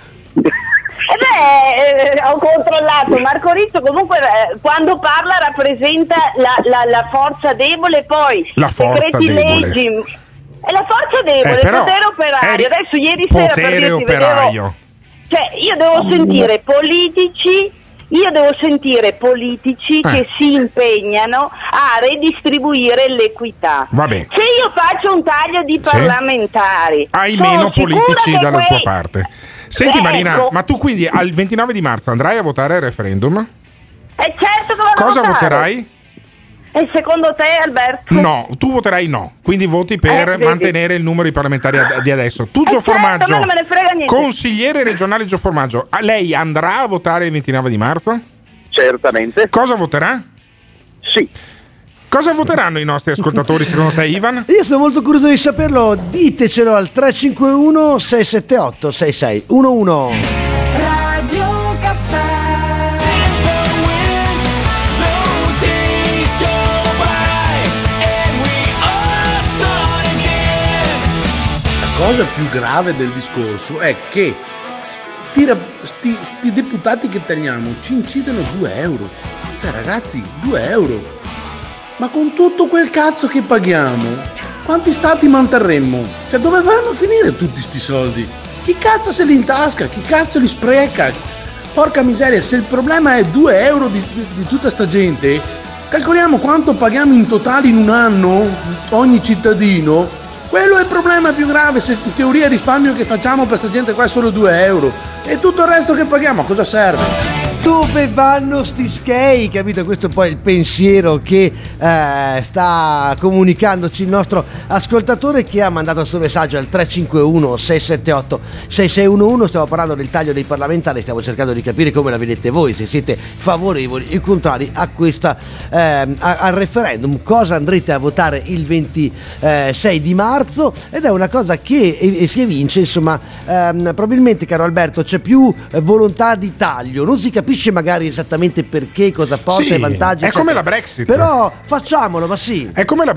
Ho controllato. Marco Rizzo comunque quando parla rappresenta la forza debole, poi la forza debole. Leggi. È la forza debole, il potere operario. Adesso ieri sera per dirti, operario. Io devo sentire politici che si impegnano a redistribuire l'equità. Vabbè. Se io faccio un taglio di parlamentari, hai meno politici dalla tua parte. Senti Marina, ma tu quindi al 29 di marzo andrai a votare al referendum? Certo che vado Cosa a votare. voterai? E secondo te, Alberto? No, tu voterai no, quindi voti per mantenere il numero di parlamentari di adesso. Tu Gio Formaggio, non me ne frega niente. Consigliere regionale Gio Formaggio, lei andrà a votare il 29 di marzo? Certamente. Cosa voterà? Sì. Cosa voteranno i nostri ascoltatori secondo te, Ivan? Io sono molto curioso di saperlo, ditecelo al 351 678 6611. Radio Caffè. cosa più grave del discorso è che sti deputati che tagliamo ci incidono 2 euro. Cioè ragazzi, 2 euro. Ma con tutto quel cazzo che paghiamo, quanti stati manterremmo? Cioè dove vanno a finire tutti sti soldi? Chi cazzo se li intasca? Chi cazzo li spreca? Porca miseria, se il problema è 2 euro di tutta sta gente, calcoliamo quanto paghiamo in totale in un anno ogni cittadino. Quello è il problema più grave. Se in teoria il risparmio che facciamo per sta gente qua è solo 2 euro e tutto il resto che paghiamo a cosa serve? Dove vanno sti skei? Capito? Questo è poi il pensiero che sta comunicandoci il nostro ascoltatore, che ha mandato il suo messaggio al 351 678 6611. Stiamo parlando del taglio dei parlamentari, stiamo cercando di capire come la vedete voi, se siete favorevoli o contrari a questa al referendum, cosa andrete a votare il 26 di marzo, ed è una cosa che si evince, insomma, probabilmente, caro Alberto, c'è più volontà di taglio, non si capisce magari esattamente perché, cosa porta, sì, i vantaggi, è eccetera. Come la Brexit, però facciamolo, ma sì, è come la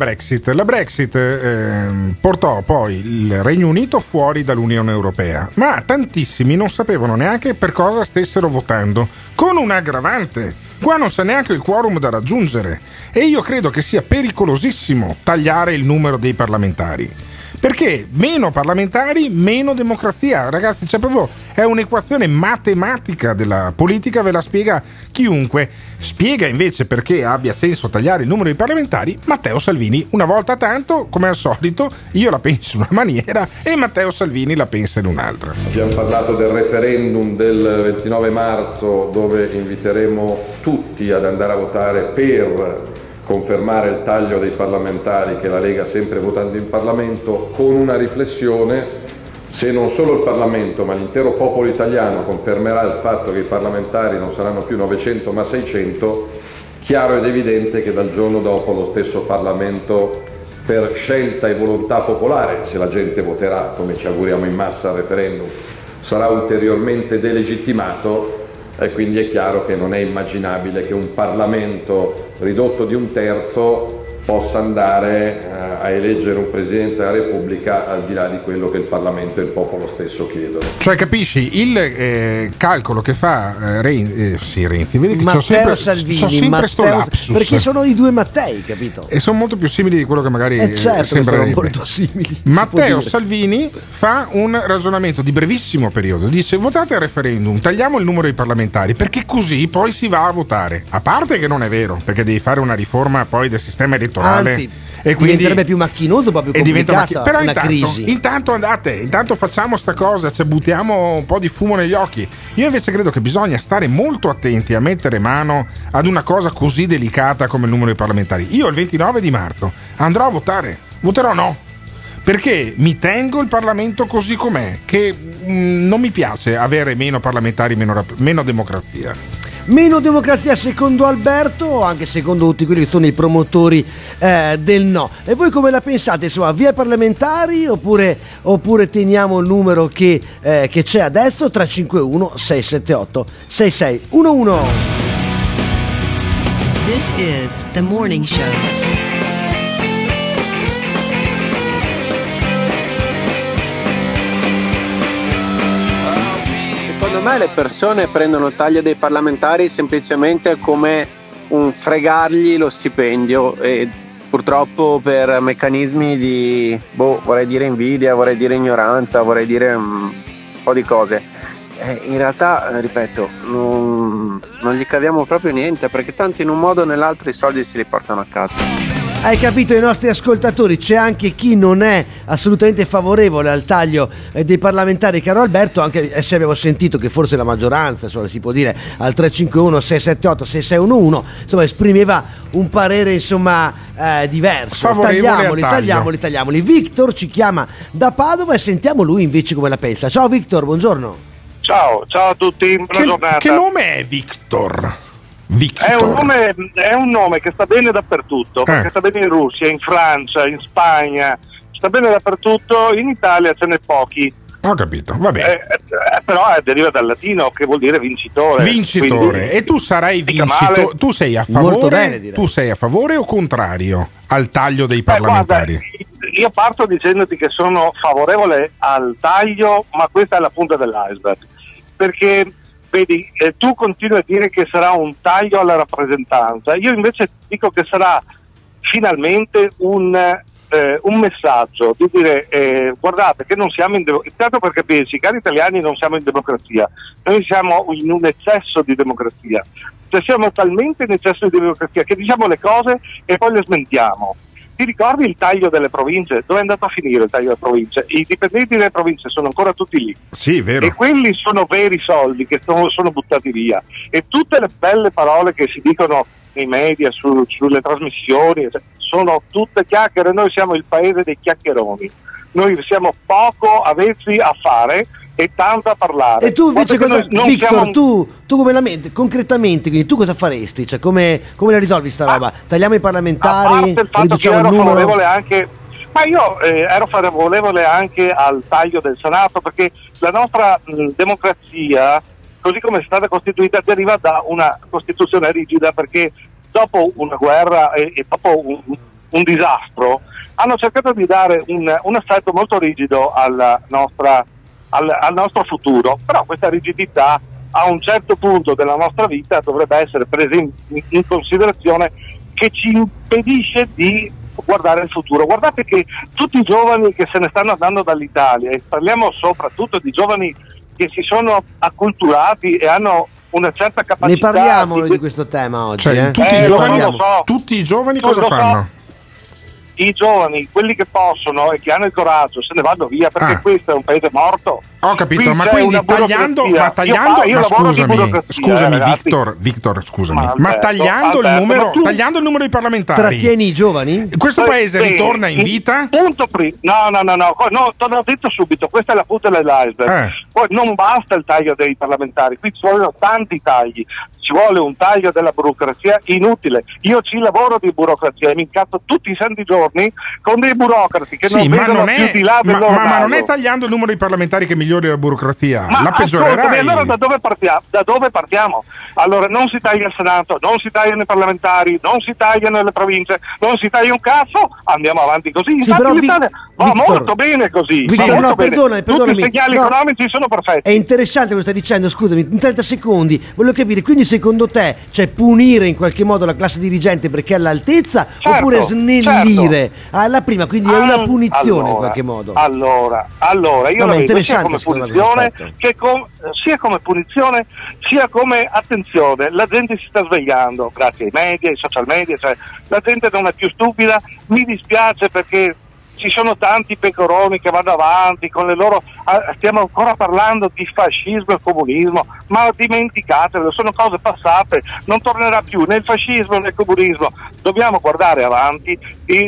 Brexit portò poi il Regno Unito fuori dall'Unione Europea, ma tantissimi non sapevano neanche per cosa stessero votando, con un aggravante: qua non c'è neanche il quorum da raggiungere, e io credo che sia pericolosissimo tagliare il numero dei parlamentari, perché meno parlamentari, meno democrazia. Ragazzi, è un'equazione matematica della politica, ve la spiega chiunque. Spiega invece perché abbia senso tagliare il numero di parlamentari Matteo Salvini. Una volta tanto, come al solito, io la penso in una maniera e Matteo Salvini la pensa in un'altra. Abbiamo parlato del referendum del 29 marzo, dove inviteremo tutti ad andare a votare per confermare il taglio dei parlamentari che la Lega ha sempre votato in Parlamento, con una riflessione: se non solo il Parlamento ma l'intero popolo italiano confermerà il fatto che i parlamentari non saranno più 900 ma 600, chiaro ed evidente che dal giorno dopo lo stesso Parlamento, per scelta e volontà popolare, se la gente voterà come ci auguriamo in massa al referendum, sarà ulteriormente delegittimato. E quindi è chiaro che non è immaginabile che un Parlamento ridotto di un terzo possa andare a eleggere un Presidente della Repubblica al di là di quello che il Parlamento e il popolo stesso chiedono. Cioè, capisci il calcolo che fa Renzi, vedi che Matteo Salvini, Matteo, perché sono i due Mattei, capito? E sono molto più simili di quello che magari certo, sembrerebbe. Sono molto simili. Matteo Salvini fa un ragionamento di brevissimo periodo, dice: votate al referendum, tagliamo il numero dei parlamentari, perché così poi si va a votare. A parte che non è vero, perché devi fare una riforma poi del sistema elettorale. Anzi, e quindi diventerebbe più macchinoso, un po' più complicata però la crisi. Intanto facciamo sta cosa, cioè buttiamo un po' di fumo negli occhi. Io invece credo che bisogna stare molto attenti a mettere mano ad una cosa così delicata come il numero di parlamentari. Io il 29 di marzo andrò a votare, voterò no, perché mi tengo il Parlamento così com'è, che non mi piace avere meno parlamentari, meno democrazia. Meno democrazia secondo Alberto, o anche secondo tutti quelli che sono i promotori del no. E voi come la pensate? Insomma, via parlamentari oppure teniamo il numero che c'è adesso, 351 678 6611. This is the morning show. Secondo me le persone prendono il taglio dei parlamentari semplicemente come un fregargli lo stipendio, e purtroppo per meccanismi di, vorrei dire invidia, vorrei dire ignoranza, vorrei dire un po' di cose. In realtà, ripeto, non gli caviamo proprio niente, perché tanto in un modo o nell'altro i soldi si li portano a casa. Hai capito, i nostri ascoltatori? C'è anche chi non è assolutamente favorevole al taglio dei parlamentari, caro Alberto, anche se abbiamo sentito che forse la maggioranza, insomma, si può dire, al 351 678 6611, insomma, esprimeva un parere, insomma, diverso. Tagliamoli. Victor ci chiama da Padova e sentiamo lui invece come la pensa. Ciao Victor, buongiorno. Ciao a tutti, buona giornata. Che nome è Victor? È un nome che sta bene dappertutto, perché sta bene in Russia, in Francia, in Spagna, sta bene dappertutto, in Italia ce n'è pochi. Ho capito, va bene. Però deriva dal latino, che vuol dire vincitore. Quindi, e tu sarai vincitore. Tu sei a favore? Tu sei a favore o contrario al taglio dei parlamentari? Guarda, io parto dicendoti che sono favorevole al taglio, ma questa è la punta dell'iceberg, perché vedi, tu continui a dire che sarà un taglio alla rappresentanza, io invece dico che sarà finalmente un messaggio di dire guardate che non siamo in intanto per capirci, cari italiani, non siamo in democrazia, noi siamo in un eccesso di democrazia, cioè siamo talmente in eccesso di democrazia che diciamo le cose e poi le smentiamo. Ti ricordi il taglio delle province? Dove è andato a finire il taglio delle province? I dipendenti delle province sono ancora tutti lì. Sì, vero. E quelli sono veri soldi che sono buttati via. E tutte le belle parole che si dicono nei media, sulle trasmissioni, sono tutte chiacchiere. Noi siamo il paese dei chiacchieroni. Noi siamo poco avvezzi a fare e tanto a parlare. E tu invece cosa, Victor, tu come la mente concretamente, quindi tu cosa faresti? Cioè come la risolvi sta roba? Tagliamo i parlamentari, riduciamo il numero? Favorevole anche, ma io ero favorevole anche al taglio del Senato, perché la nostra democrazia, così come è stata costituita, deriva da una Costituzione rigida, perché dopo una guerra e dopo un disastro hanno cercato di dare un assetto molto rigido al nostro futuro, però questa rigidità a un certo punto della nostra vita dovrebbe essere presa in considerazione, che ci impedisce di guardare il futuro. Guardate che tutti i giovani che se ne stanno andando dall'Italia, e parliamo soprattutto di giovani che si sono acculturati e hanno una certa capacità. Ne parliamo di questo tema oggi. Cioè, tutti i giovani cosa fanno? I giovani, quelli che possono e che hanno il coraggio, se ne vanno via, perché questo è un paese morto. Ho capito, Qui ma c'è quindi una tagliando, scusami, Victor, scusami, ma tagliando il numero dei parlamentari, trattieni i giovani? Questo paese ritorna in vita? No, te l'ho detto subito, questa è la punta dell'iceberg. Poi non basta il taglio dei parlamentari, qui ci vogliono tanti tagli. Ci vuole un taglio della burocrazia inutile. Io ci lavoro di burocrazia e mi incazzo tutti i santi giorni con dei burocrati che non vedono più di là del loro ma non è tagliando il numero di parlamentari che migliori la burocrazia, la peggiorerai. Allora da dove partiamo? Allora non si taglia il Senato, non si tagliano i parlamentari, non si tagliano le province, non si taglia un cazzo, andiamo avanti così. Infatti l'Italia va molto bene così. Victor, no, perdonami. Tutti i segnali economici sono perfetti. È interessante quello che stai dicendo, scusami, in 30 secondi voglio capire, quindi secondo te, cioè punire in qualche modo la classe dirigente perché è all'altezza, oppure snellire alla prima, quindi è una punizione in qualche modo? Allora io la vedo sia come punizione sia come punizione sia come attenzione, la gente si sta svegliando grazie ai media, ai social media, cioè la gente non è più stupida. Mi dispiace perché ci sono tanti pecoroni che vanno avanti con le loro, stiamo ancora parlando di fascismo e comunismo, ma dimenticatelo, sono cose passate, non tornerà più né il fascismo né il comunismo. Dobbiamo guardare avanti e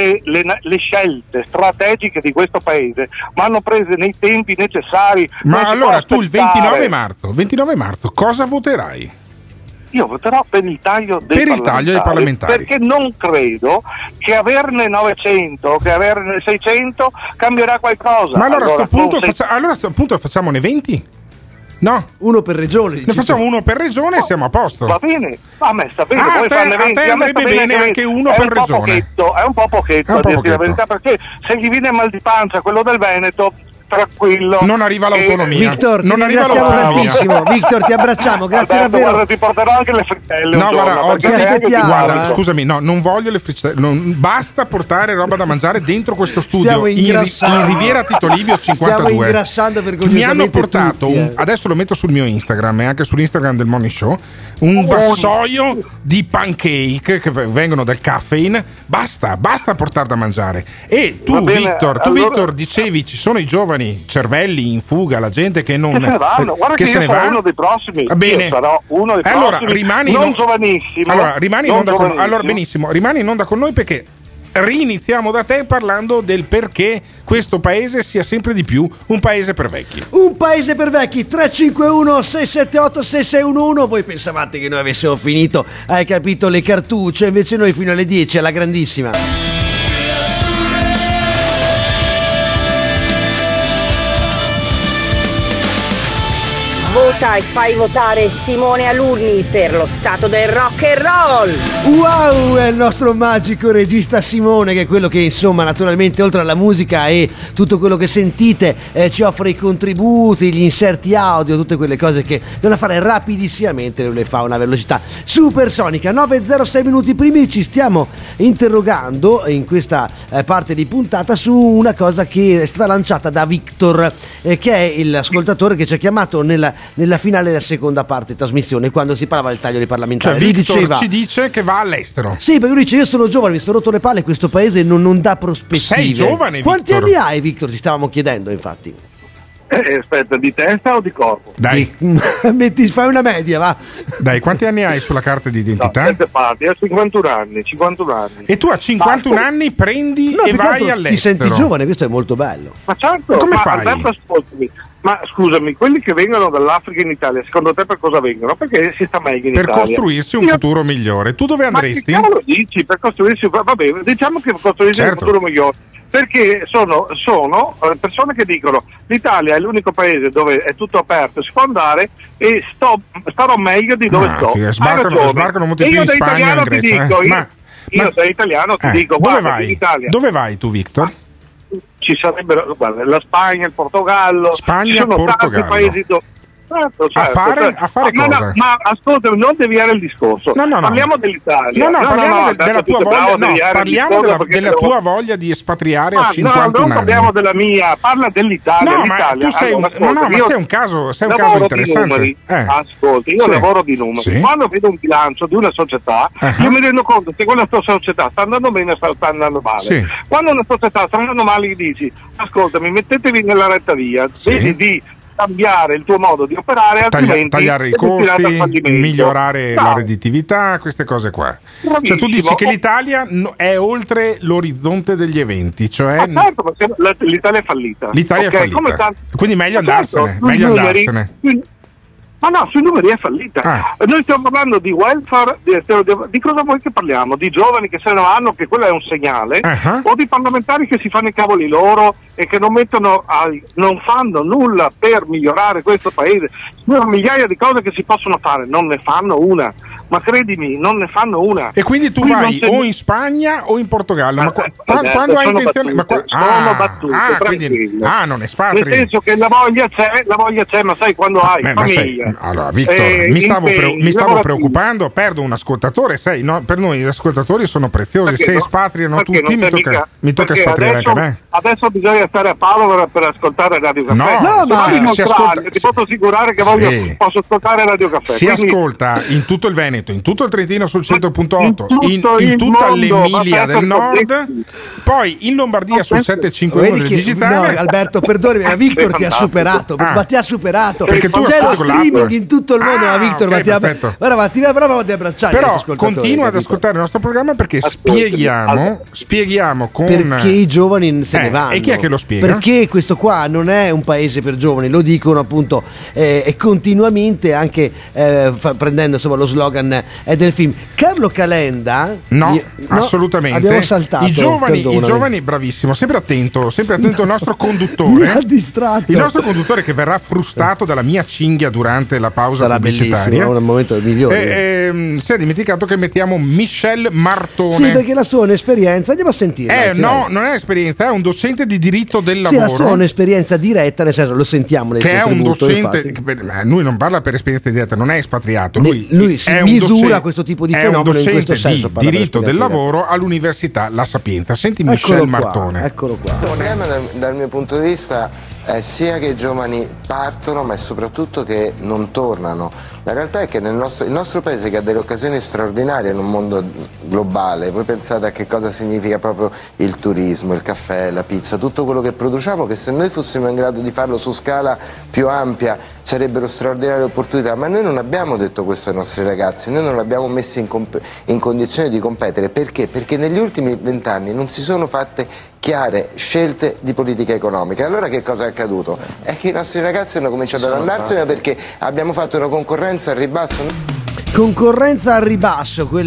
le scelte strategiche di questo paese vanno prese nei tempi necessari. Ma allora tu il 29 marzo cosa voterai? Io voterò per il taglio dei parlamentari, perché non credo che averne 900, che averne 600 cambierà qualcosa. Ma allora a questo punto facciamone 20? No, uno per regione. Ne facciamo uno per regione e siamo a posto. Va bene, a me sta bene. A te andrebbe bene anche uno per regione. È un po' pochetto, a dirti la verità, perché se gli viene mal di pancia quello del Veneto, tranquillo, non arriva l'autonomia. Victor, ti ringraziamo tantissimo. Victor, ti abbracciamo, grazie davvero. Guarda, ti porterò anche le frittelle. No, guarda, oggi aspettiamo. Guarda, scusami, no, non voglio le frittelle. Basta portare roba da mangiare dentro questo studio in Riviera Tito Livio 52. Stiamo ingrassando vergognosamente. Mi hanno portato adesso lo metto sul mio Instagram e anche sull'Instagram del Morning Show, un vassoio di pancake che vengono dal caffeine. Basta portare da mangiare. E tu, Victor, dicevi ci sono i giovani cervelli in fuga, la gente che non se ne vanno. Guarda che se ne va, uno dei prossimi. Va bene. Io sarò uno dei prossimi, rimani non giovanissimo. Allora benissimo, rimani in onda con noi perché riniziamo da te parlando del perché questo paese sia sempre di più un paese per vecchi. Un paese per vecchi. 351 678 6611. Voi pensavate che noi avessimo finito, hai capito, le cartucce, invece noi fino alle 10 alla grandissima. vota e fai votare Simone Alunni per lo stato del rock and roll. Wow, è il nostro magico regista Simone, che è quello che insomma naturalmente oltre alla musica e tutto quello che sentite ci offre i contributi, gli inserti audio, tutte quelle cose che devono fare rapidissimamente, le fa a una velocità supersonica. 9:06 minuti primi, ci stiamo interrogando in questa parte di puntata su una cosa che è stata lanciata da Victor, che è l'ascoltatore che ci ha chiamato nella finale della seconda parte di trasmissione, quando si parlava del taglio dei parlamentari. Cioè Victor ci dice che va all'estero. Sì, perché lui dice: io sono giovane, mi sono rotto le palle, questo paese non dà prospettive. Sei giovane, Quanti Victor? anni hai, Victor? Ci stavamo chiedendo, infatti. Aspetta, di testa o di corpo? Dai, fai una media, va. Dai, quanti anni hai sulla carta di identità? 7 parti, ho 51 anni. E tu a 51 anni prendi e vai all'estero. Ti senti giovane, questo è molto bello. Ma certo, come fai? Alberto, ascoltami. Ma scusami, quelli che vengono dall'Africa in Italia, secondo te per cosa vengono? Perché si sta meglio in Per Italia. costruirsi un futuro migliore. Tu dove andresti? Ma che cavolo dici? Per costruirsi, va bene, diciamo che per costruirsi un futuro migliore. Perché sono persone che dicono: l'Italia è l'unico paese dove è tutto aperto, si può andare e starò meglio di dove sto. Sbarcano molti più in Spagna o in Grecia. Io da italiano ti dico: dove guarda, vai? in Italia Dove vai tu, Victor? ci sarebbero, guarda, la Spagna, il Portogallo, Spagna, ci sono Portogallo. tanti paesi dove... Certo. A fare cosa? Ma ascolta, non deviare il discorso. No. Parliamo dell'Italia. Parliamo della tua voglia. Parliamo della tua voglia di espatriare a 51 anni. Non parliamo della mia, parla dell'Italia. No, ma tu sei un caso interessante. Ascolta, io lavoro di numeri. Sì. Quando vedo un bilancio di una società, io mi rendo conto che quella società sta andando bene o sta andando male. Sì. Quando una società sta andando male, gli dici: ascoltami, mettetevi nella retta via, vedi di cambiare il tuo modo di operare, altrimenti tagliare i costi, migliorare la redditività, queste cose qua. Bravissimo. Cioè tu dici che l'Italia è oltre l'orizzonte degli eventi, cioè certo, l'Italia è fallita. L'Italia è fallita. Quindi meglio andarsene, Ma no, sui numeri è fallita. Noi stiamo parlando di welfare, di cosa vuoi che parliamo? Di giovani che se ne vanno, che quello è un segnale, o di parlamentari che si fanno i cavoli loro e che non fanno nulla per migliorare questo paese. Ci sono migliaia di cose che si possono fare, non ne fanno una. Ma credimi, non ne fanno una. E quindi tu vai o in Spagna o in Portogallo. Ma quando hai intenzione? Sono battute, non espatri. Nel senso che la voglia c'è, ma sai quando hai famiglia. Allora, Victor, mi stavo preoccupando, perdo un ascoltatore. Per noi gli ascoltatori sono preziosi. Se espatriano tutti, mi tocca espatriare anche a me. Adesso bisogna stare a Padova per ascoltare Radio Caffè. No, ma si ascolta. Ti posso assicurare che posso ascoltare Radio Caffè. Si ascolta in tutto il Veneto, in tutto il Trentino sul 100.8, in tutta l'Emilia del Nord, poi in Lombardia sul 751 del digitale. No, Alberto, perdonami, ma Victor ti ha superato, ma ti ha superato. Perché tu c'è lo streaming in tutto il mondo, ma Victor, ma ti abbracciare. Però continua ad ascoltare il nostro programma perché spieghiamo con perché i giovani se ne vanno. E chi è che lo spiega? Perché questo qua non è un paese per giovani, lo dicono appunto e continuamente, anche prendendo insomma lo slogan del film. Carlo Calenda? No, assolutamente. Abbiamo saltato. I giovani, bravissimo, sempre attento il nostro conduttore. Mi ha distratto. Il nostro conduttore che verrà frustato dalla mia cinghia durante la pausa pubblicitaria. Sarà un momento migliore. Si è dimenticato che mettiamo Michel Martone. Sì, perché la sua è un'esperienza, andiamo a sentire. Non è un'esperienza, è un docente di diritto del lavoro. Sì, la sua è un'esperienza diretta, nel senso, lo sentiamo nel che è un docente, lui non parla per esperienza diretta, non è espatriato, lui si misura questo tipo di fenomeno in questo senso. Di diritto del lavoro all'Università La Sapienza. Senti Michel Martone. Eccolo qua. Il problema dal mio punto di vista è sia che i giovani partono, ma è soprattutto che non tornano. La realtà è che il nostro paese, che ha delle occasioni straordinarie in un mondo globale, voi pensate a che cosa significa proprio il turismo, il caffè, la pizza, tutto quello che produciamo, che se noi fossimo in grado di farlo su scala più ampia sarebbero straordinarie opportunità, ma noi non abbiamo detto questo ai nostri ragazzi, noi non li abbiamo messi in condizione di competere. Perché? Perché negli ultimi 20 anni non si sono fatte chiare scelte di politica economica. Allora che cosa è accaduto? È che i nostri ragazzi hanno cominciato ad andarsene perché abbiamo fatto una concorrenza al ribasso. Concorrenza al ribasso, quella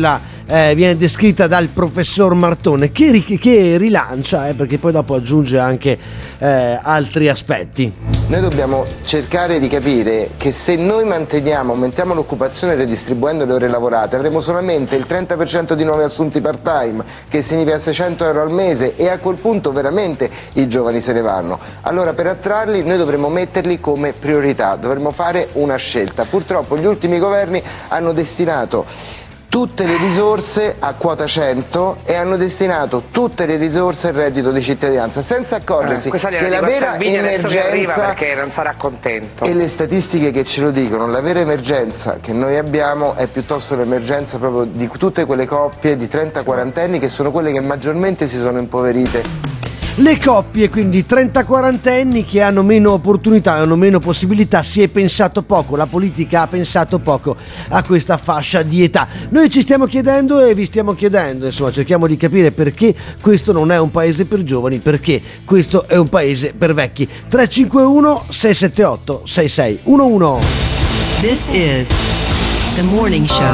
viene descritta dal professor Martone, che rilancia, perché poi dopo aggiunge anche altri aspetti. Noi dobbiamo cercare di capire che se noi aumentiamo l'occupazione redistribuendo le ore lavorate, avremo solamente il 30% di nuovi assunti part-time, che significa 600 euro al mese, e a quel punto veramente i giovani se ne vanno. Allora, per attrarli noi dovremmo metterli come priorità, dovremmo fare una scelta. Purtroppo gli ultimi governi hanno destinato tutte le risorse a quota 100 e hanno destinato tutte le risorse al reddito di cittadinanza, senza accorgersi che la vera emergenza, perché non sarà contento, e le statistiche che ce lo dicono, la vera emergenza che noi abbiamo è piuttosto l'emergenza proprio di tutte quelle coppie di 30-40 anni che sono quelle che maggiormente si sono impoverite. Le coppie, quindi 30-40 anni, che hanno meno opportunità, hanno meno possibilità. Si è pensato poco, la politica ha pensato poco a questa fascia di età. Noi ci stiamo chiedendo e vi stiamo chiedendo, insomma, cerchiamo di capire perché questo non è un paese per giovani, perché questo è un paese per vecchi. 351 678 6611. This is The Morning Show.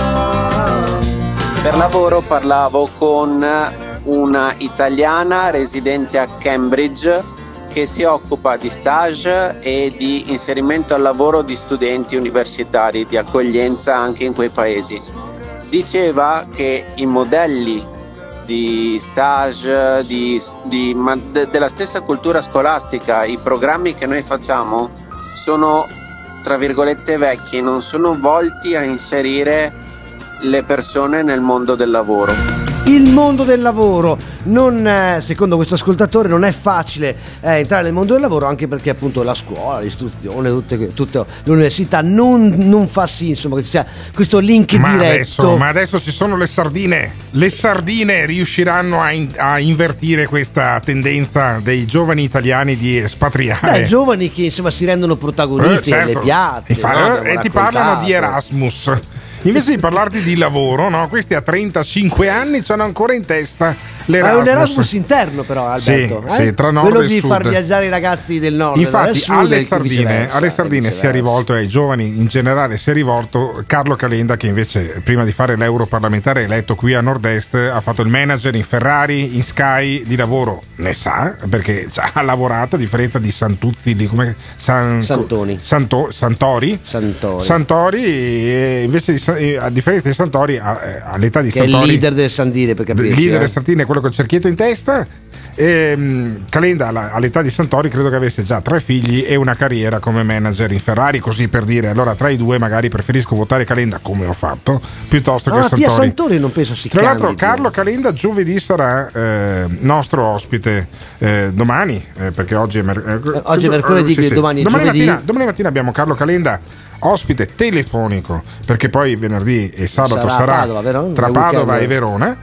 Per lavoro parlavo con una italiana residente a Cambridge che si occupa di stage e di inserimento al lavoro di studenti universitari, di accoglienza anche in quei paesi. Diceva che i modelli di stage, della stessa cultura scolastica, i programmi che noi facciamo sono, tra virgolette, vecchi, non sono volti a inserire le persone nel mondo del lavoro. Il mondo del lavoro, secondo questo ascoltatore, non è facile entrare nel mondo del lavoro, anche perché appunto la scuola, l'istruzione, tutta l'università non fa sì, insomma, che ci sia questo link diretto. Ma adesso ci sono le sardine. Le sardine riusciranno a invertire questa tendenza dei giovani italiani di espatriare. Giovani che insomma si rendono protagonisti nelle piazze. E ti parlano di Erasmus. Invece di parlarti di lavoro, no? Questi a 35 anni c'hanno ancora in testa l'Erasmus. È un Erasmus interno, però, Alberto. Sì, tra nord quello e di sud. Far viaggiare i ragazzi del nord. Infatti alle sardine si è rivolto, ai giovani in generale si è rivolto Carlo Calenda, che invece prima di fare l'europarlamentare eletto qui a Nord-Est ha fatto il manager in Ferrari, in Sky, di lavoro ne sa, perché ha lavorato, a differenza di Santuzzi, di come Santori, e invece a differenza di Santori, all'età di che Santori, è il leader delle sardine, per capirci, il leader delle sardine, quello col cerchietto in testa. Calenda all'età di Santori credo che avesse già 3 figli e una carriera come manager in Ferrari, così per dire. Allora tra i due magari preferisco votare Calenda, come ho fatto, piuttosto che Santori. Santori non penso si Tra l'altro candidi. Carlo Calenda giovedì sarà nostro ospite, domani, perché oggi è mercoledì, domani è giovedì. Domani mattina abbiamo Carlo Calenda ospite telefonico, perché poi venerdì e sabato sarà Padova, vero? Tra Padova e Verona,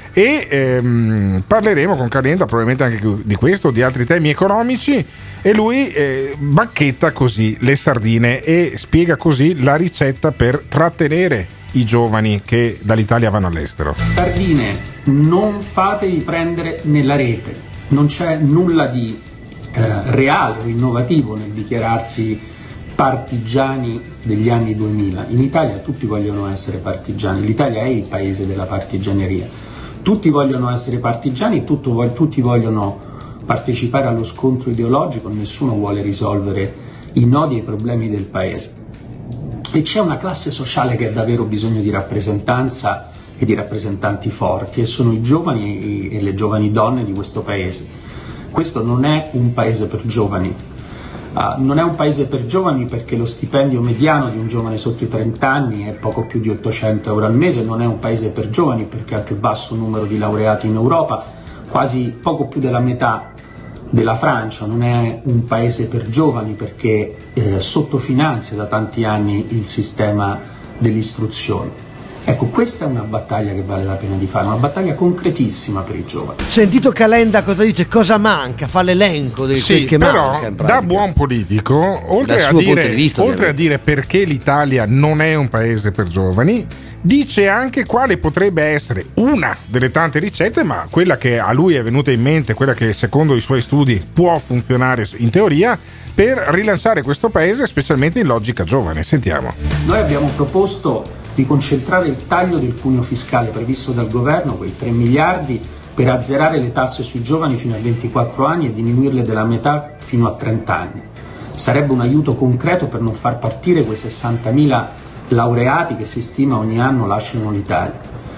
e parleremo con Calenda probabilmente anche di questo, di altri temi economici, e lui bacchetta così le sardine e spiega così la ricetta per trattenere i giovani che dall'Italia vanno all'estero. Sardine, non fatevi prendere nella rete, non c'è nulla di reale o innovativo nel dichiararsi partigiani degli anni 2000. In Italia tutti vogliono essere partigiani, l'Italia è il paese della partigianeria, tutti vogliono essere partigiani, tutti vogliono partecipare allo scontro ideologico, nessuno vuole risolvere i nodi e i problemi del paese. E c'è una classe sociale che ha davvero bisogno di rappresentanza e di rappresentanti forti, e sono i giovani e le giovani donne di questo paese. Questo non è un paese per giovani. Non è un paese per giovani perché lo stipendio mediano di un giovane sotto i 30 anni è poco più di 800 euro al mese, non è un paese per giovani perché ha il più basso numero di laureati in Europa, quasi poco più della metà della Francia, non è un paese per giovani perché sottofinanzia da tanti anni il sistema dell'istruzione. Ecco, questa è una battaglia che vale la pena di fare, una battaglia concretissima per i giovani. Sentito Calenda cosa dice, cosa manca, fa l'elenco di quel che manca. Però da buon politico, oltre a dire perché l'Italia non è un paese per giovani, dice anche quale potrebbe essere una delle tante ricette, ma quella che a lui è venuta in mente, quella che secondo i suoi studi può funzionare in teoria per rilanciare questo paese, specialmente in logica giovane. Sentiamo. Noi abbiamo proposto di concentrare il taglio del cuneo fiscale previsto dal governo, quei 3 miliardi, per azzerare le tasse sui giovani fino a 24 anni e diminuirle della metà fino a 30 anni. Sarebbe un aiuto concreto per non far partire quei 60.000 laureati che si stima ogni anno lasciano l'Italia.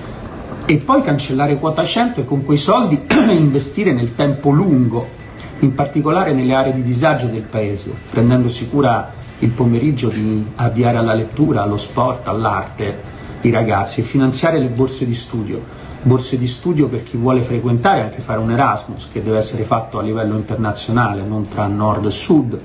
E poi cancellare quota 100 e con quei soldi investire nel tempo lungo, in particolare nelle aree di disagio del paese, prendendosi cura il pomeriggio di avviare alla lettura, allo sport, all'arte i ragazzi, e finanziare le borse di studio per chi vuole frequentare, anche fare un Erasmus che deve essere fatto a livello internazionale, non tra nord e sud,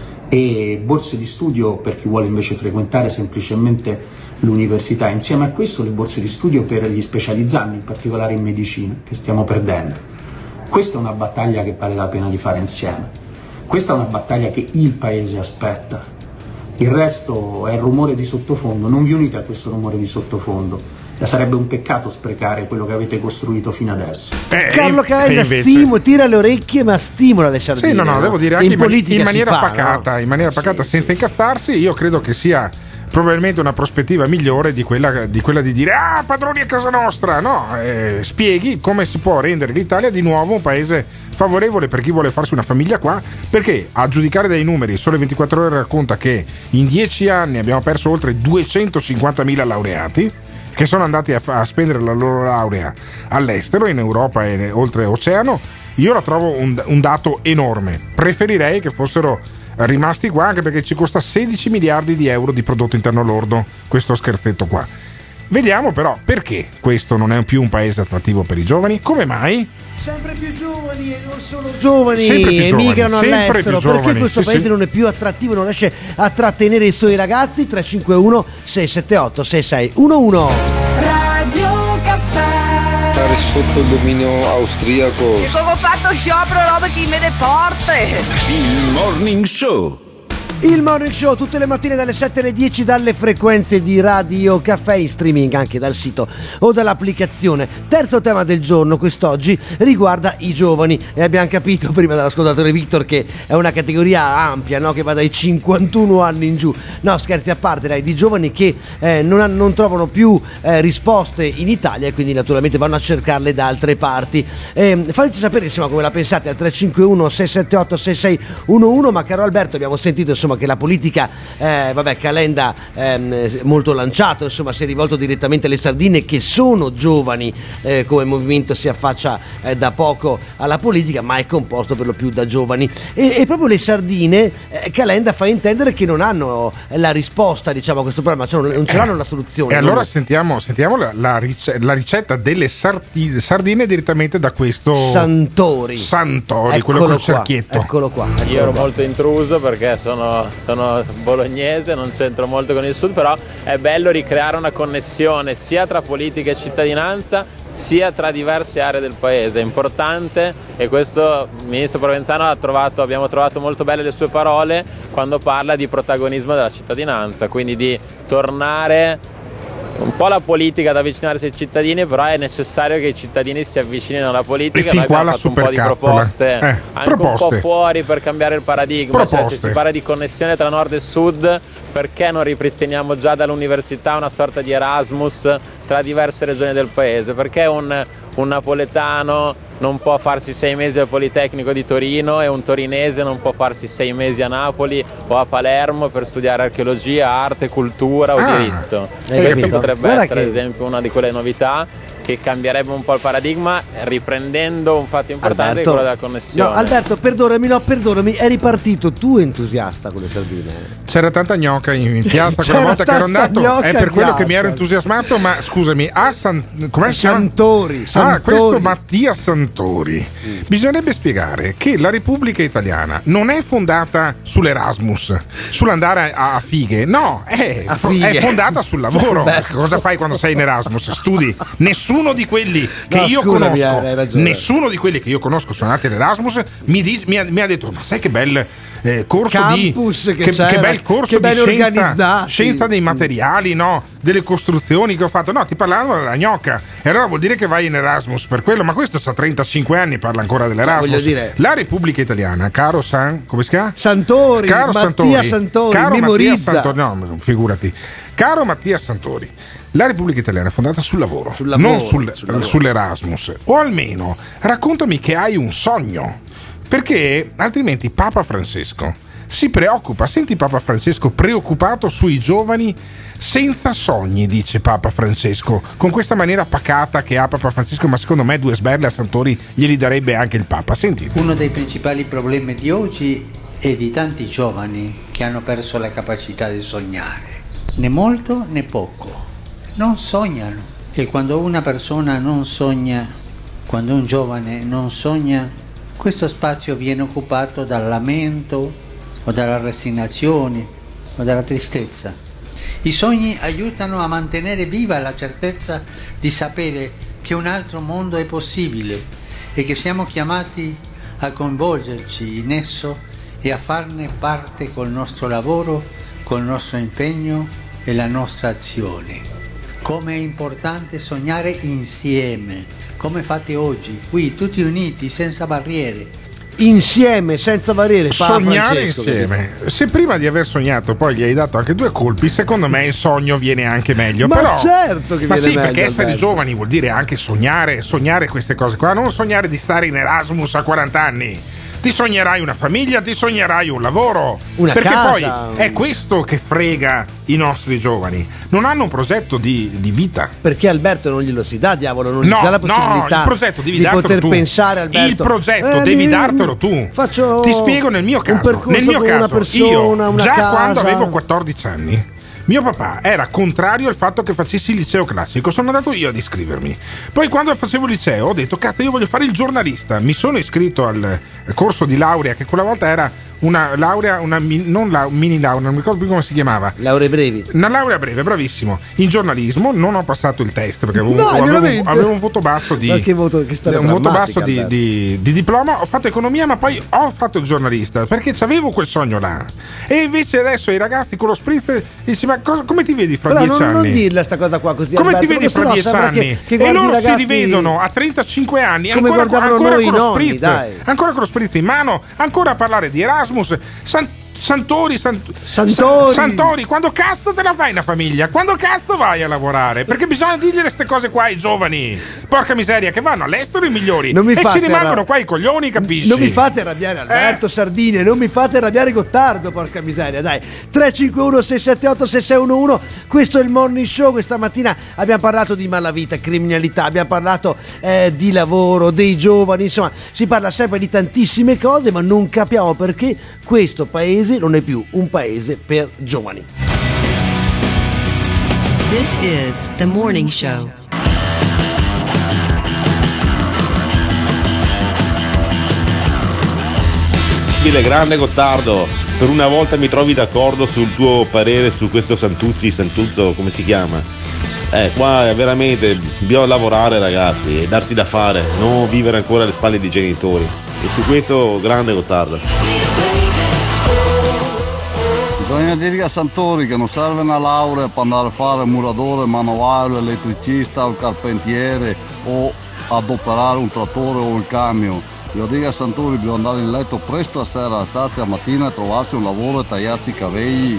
e borse di studio per chi vuole invece frequentare semplicemente l'università. Insieme a questo le borse di studio per gli specializzandi, in particolare in medicina, che stiamo perdendo. Questa è una battaglia che vale la pena di fare insieme. Questa è una battaglia che il paese aspetta. Il resto è rumore di sottofondo, non vi unite a questo rumore di sottofondo. Sarebbe un peccato sprecare quello che avete costruito fino adesso. Carlo Calenda tira le orecchie ma stimola le sardine. Sì, no, devo dire anche in maniera pacata, no? In maniera pacata, senza incazzarsi. Io credo che sia probabilmente una prospettiva migliore di quella di dire padroni a casa nostra. No, spieghi come si può rendere l'Italia di nuovo un paese favorevole per chi vuole farsi una famiglia qua, perché a giudicare dai numeri Sole 24 Ore racconta che in 10 anni abbiamo perso oltre 250.000 laureati che sono andati a spendere la loro laurea all'estero, in Europa e oltre oceano. Io la trovo un dato enorme. Preferirei che fossero rimasti qua, anche perché ci costa 16 miliardi di euro di prodotto interno lordo questo scherzetto qua. Vediamo però perché questo non è più un paese attrattivo per i giovani. Come mai? Sempre più giovani e non solo giovani emigrano all'estero. Perché questo paese non è più attrattivo, non riesce a trattenere i suoi ragazzi? 351 678 6611. Radio Caffè. Stare sotto il dominio austriaco. E come ho fatto sciopero, roba che me le porte. Il Morning Show. Il Morning Show tutte le mattine dalle 7 alle 10 dalle frequenze di Radio Caffè, in streaming anche dal sito o dall'applicazione. Terzo tema del giorno quest'oggi riguarda i giovani, e abbiamo capito prima dall'ascoltatore Victor che è una categoria ampia, no? Che va dai 51 anni in giù. No, scherzi a parte, dai, di giovani che non trovano più risposte in Italia e quindi naturalmente vanno a cercarle da altre parti. Fateci sapere insomma come la pensate al 351 678 6611. Ma caro Alberto, abbiamo sentito insomma che la politica Calenda molto lanciato, insomma si è rivolto direttamente alle sardine che sono giovani, come movimento si affaccia da poco alla politica, ma è composto per lo più da giovani, e proprio le sardine Calenda fa intendere che non hanno la risposta, diciamo, a questo problema, cioè non ce l'hanno la soluzione. E allora sentiamo la ricetta delle sardine direttamente da questo Santori, quello col cerchietto. Eccolo qua. Io ero molto intruso perché sono bolognese, non c'entro molto con il sud, però è bello ricreare una connessione sia tra politica e cittadinanza sia tra diverse aree del paese, è importante, e questo il ministro Provenzano abbiamo trovato molto belle le sue parole quando parla di protagonismo della cittadinanza, quindi di tornare un po' la politica ad avvicinarsi ai cittadini, però è necessario che i cittadini si avvicinino alla politica. Noi abbiamo fatto un po' di proposte anche un po' fuori per cambiare il paradigma, cioè se si parla di connessione tra nord e sud, perché non ripristiniamo già dall'università una sorta di Erasmus tra diverse regioni del paese? Perché un napoletano non può farsi 6 mesi al Politecnico di Torino e un torinese non può farsi 6 mesi a Napoli o a Palermo per studiare archeologia, arte, cultura o diritto? Questo potrebbe essere ad esempio una di quelle novità che cambierebbe un po' il paradigma, riprendendo un fatto importante, Alberto, che è quello della connessione. No, Alberto, perdonami, eri partito tu entusiasta con le sardine. C'era tanta gnocca in piazza quella volta che ero andato, è per quello che mi ero entusiasmato, ma scusami, com'è Santori. Questo Mattia Santori. Bisognerebbe spiegare che la Repubblica Italiana non è fondata sull'Erasmus, sull'andare a fighe, no, è fondata sul lavoro. Cosa fai quando sei in Erasmus? Studi. Nessuno di quelli che io conosco sono andati all'Erasmus mi ha detto: ma sai che bel corso campus che bel corso di scienza dei materiali, no? Delle costruzioni che ho fatto. No, ti parlavano della gnocca. E allora vuol dire che vai in Erasmus per quello, ma questo sa 35 anni, parla ancora dell'Erasmus. Voglio dire, la Repubblica Italiana, caro come si chiama? Santori, caro Mattia Santori, caro memorizza. Mattia Santori, no, figurati. Caro Mattia Santori, la Repubblica Italiana è fondata sul lavoro, non sull'Erasmus. O almeno raccontami che hai un sogno, perché altrimenti Papa Francesco si preoccupa. Senti Papa Francesco preoccupato sui giovani senza sogni, dice Papa Francesco, con questa maniera pacata che ha Papa Francesco, ma secondo me 2 sberle a Santori glieli darebbe anche il Papa. Senti. Uno dei principali problemi di oggi è di tanti giovani che hanno perso la capacità di sognare, né molto né poco, non sognano. E quando una persona non sogna, quando un giovane non sogna, questo spazio viene occupato dal lamento o dalla resignazione o dalla tristezza. I sogni aiutano a mantenere viva la certezza di sapere che un altro mondo è possibile e che siamo chiamati a coinvolgerci in esso e a farne parte col nostro lavoro, col nostro impegno e la nostra azione. Come è importante sognare insieme, come fate oggi, qui tutti uniti, senza barriere. Insieme, senza barriere, sognare Francesco, insieme. Se prima di aver sognato poi gli hai dato anche 2 colpi, secondo me il sogno viene anche meglio. Ma però, certo che ma viene sì, meglio, perché essere Alberto. giovani vuol dire anche sognare queste cose qua, non sognare di stare in Erasmus a 40 anni. Ti sognerai una famiglia, ti sognerai un lavoro, una perché casa. Poi è questo che frega i nostri giovani. Non hanno un progetto di vita. Perché Alberto non glielo si dà, diavolo, non gli si dà la possibilità il progetto devi di dartelo poter tu. pensare, Alberto. Il progetto devi dartelo tu. Ti spiego nel mio caso. Nel mio caso, una persona, io una già casa. quando avevo 14 anni, mio papà era contrario al fatto che facessi il liceo classico. Sono andato io ad iscrivermi. Poi quando facevo il liceo ho detto cazzo, io voglio fare il giornalista. Mi sono iscritto al corso di laurea, che quella volta era una laurea, non la mini laurea, non mi ricordo più come si chiamava. Lauree brevi. Una laurea breve, bravissimo. In giornalismo non ho passato il test perché avevo un voto basso di di diploma. Ho fatto economia, ma poi ho fatto il giornalista perché avevo quel sogno là. E invece adesso i ragazzi con lo spritz dici ma come ti vedi fra 10 anni? Non dirla sta cosa qua così, come Alberto, ti vedi fra 10 anni? Che e loro ragazzi, si rivedono a 35 anni come ancora con noi lo nonni, spritz, dai. ancora con lo spritz in mano, ancora a parlare di Erasmus. Santori, quando cazzo te la fai una famiglia? Quando cazzo vai a lavorare? Perché bisogna dirgli queste cose qua ai giovani. Porca miseria, che vanno all'estero i migliori e ci rimangono qua i coglioni, capisci? Non mi fate arrabbiare Alberto Sardine, non mi fate arrabbiare Gottardo, porca miseria, dai. 351 678 6611, questo è il Morning Show. Questa mattina abbiamo parlato di malavita, criminalità, abbiamo parlato di lavoro, dei giovani, insomma, si parla sempre di tantissime cose, ma non capiamo perché questo paese non è più un paese per giovani. This is the Morning Show. Grande Gottardo, per una volta mi trovi d'accordo sul tuo parere su questo Santuzzo, come si chiama? Qua veramente bisogna lavorare, ragazzi, e darsi da fare, non vivere ancora alle spalle dei genitori. E su questo grande Gottardo. Bisogna dire a Santori che non serve una laurea per andare a fare muratore, manovale, elettricista o carpentiere o ad operare un trattore o un camion. Io dico a Santori bisogna andare in letto presto a sera, alzarsi a mattina e trovarsi un lavoro e tagliarsi i capelli.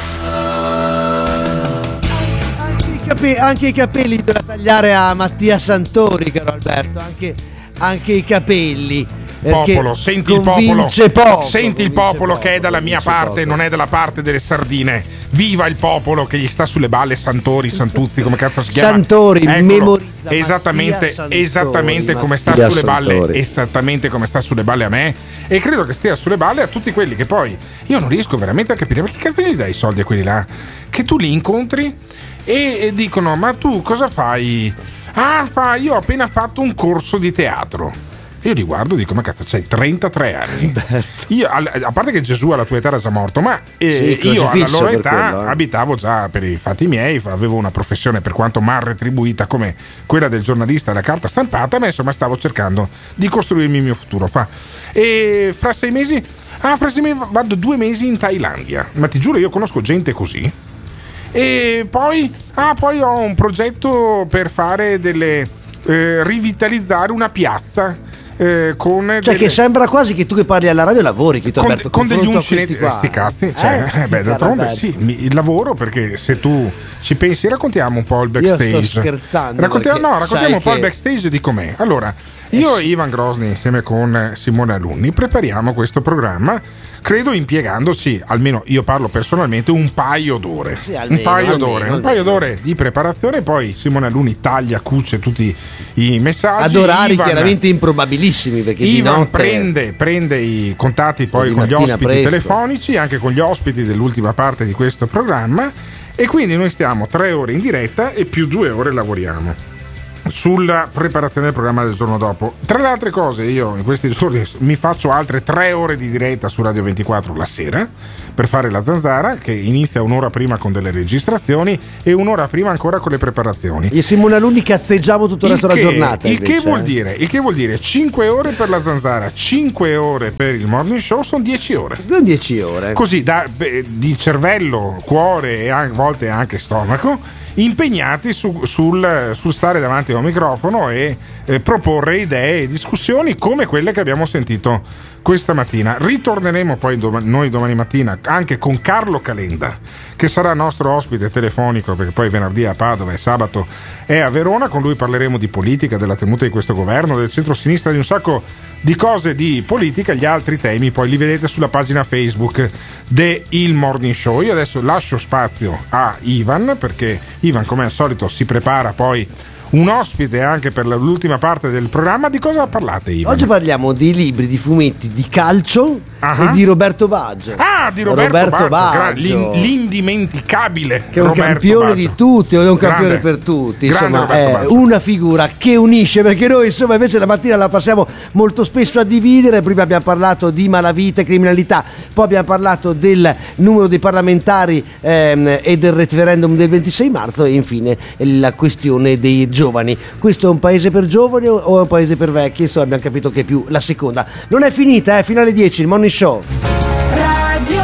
Anche i capelli da tagliare a Mattia Santori, caro Alberto, anche i capelli. Popolo, senti il popolo, senti il popolo che è dalla mia parte, non è dalla parte delle sardine. Viva il popolo che gli sta sulle balle. Santuzzi, come cazzo si chiama? Santori, memorizza. Esattamente come sta sulle balle, esattamente come sta sulle balle a me. E credo che stia sulle balle a tutti quelli che poi io non riesco veramente a capire, ma che cazzo gli dai i soldi a quelli là? Che tu li incontri e dicono ma tu cosa fai? Io ho appena fatto un corso di teatro. Io li guardo e dico ma cazzo c'hai 33 anni. Io, a parte che Gesù alla tua età era già morto, ma io alla loro età abitavo già per i fatti miei, avevo una professione per quanto mal retribuita come quella del giornalista della carta stampata, ma insomma stavo cercando di costruirmi il mio futuro. E fra 6 mesi vado 2 mesi in Thailandia, ma ti giuro io conosco gente così. E poi ho un progetto per fare rivitalizzare una piazza. Che sembra quasi che tu che parli alla radio lavori con degli uncinetri, sti cazzi, d'altronde sì, il lavoro, perché se tu ci pensi, raccontiamo un po' il backstage. Io sto scherzando, raccontiamo un po' il backstage di com'è. Allora, io e Ivan Grosny insieme con Simone Alunni prepariamo questo programma, credo impiegandoci, almeno io parlo personalmente, un paio d'ore. Un paio d'ore di preparazione. Poi Simone Alunni taglia, cuce tutti i messaggi ad orari chiaramente improbabilissimi, perché Ivan prende i contatti poi con gli ospiti telefonici, anche con gli ospiti dell'ultima parte di questo programma, e quindi noi stiamo 3 ore in diretta e più 2 ore lavoriamo sulla preparazione del programma del giorno dopo. Tra le altre cose, io in questi giorni mi faccio altre 3 ore di diretta su Radio 24 la sera per fare la zanzara, che inizia un'ora prima con delle registrazioni e un'ora prima ancora con le preparazioni. E Simone Alunni cazzeggiamo tutto il resto della giornata. Il che vuol dire 5 ore per la zanzara, 5 ore per il morning show, sono 10 ore. 10 ore. Così di cervello, cuore e a volte anche stomaco, impegnati sul stare davanti a un microfono e proporre idee e discussioni come quelle che abbiamo sentito questa mattina. Ritorneremo poi noi domani mattina anche con Carlo Calenda, che sarà nostro ospite telefonico, perché poi venerdì è a Padova e sabato è a Verona. Con lui parleremo di politica, della tenuta di questo governo, del centro-sinistra, di un sacco di cose di politica. Gli altri temi poi li vedete sulla pagina Facebook de Il Morning Show. Io adesso lascio spazio a Ivan, perché Ivan, come al solito, si prepara poi un ospite anche per l'ultima parte del programma. Di cosa parlate, Ivan? Oggi parliamo di libri, di fumetti, di calcio e di Roberto Baggio. Di Roberto Baggio. L'indimenticabile, che è un Roberto campione Baggio. di tutti, è un campione per tutti, insomma è una figura che unisce, perché noi insomma invece la mattina la passiamo molto spesso a dividere. Prima abbiamo parlato di malavita e criminalità, poi abbiamo parlato del numero dei parlamentari e del referendum del 26 marzo e infine la questione dei giovani. Questo è un paese per giovani o è un paese per vecchi? Insomma abbiamo capito che è più la seconda. Non è finita, fino alle 10 il Morning Show. Radio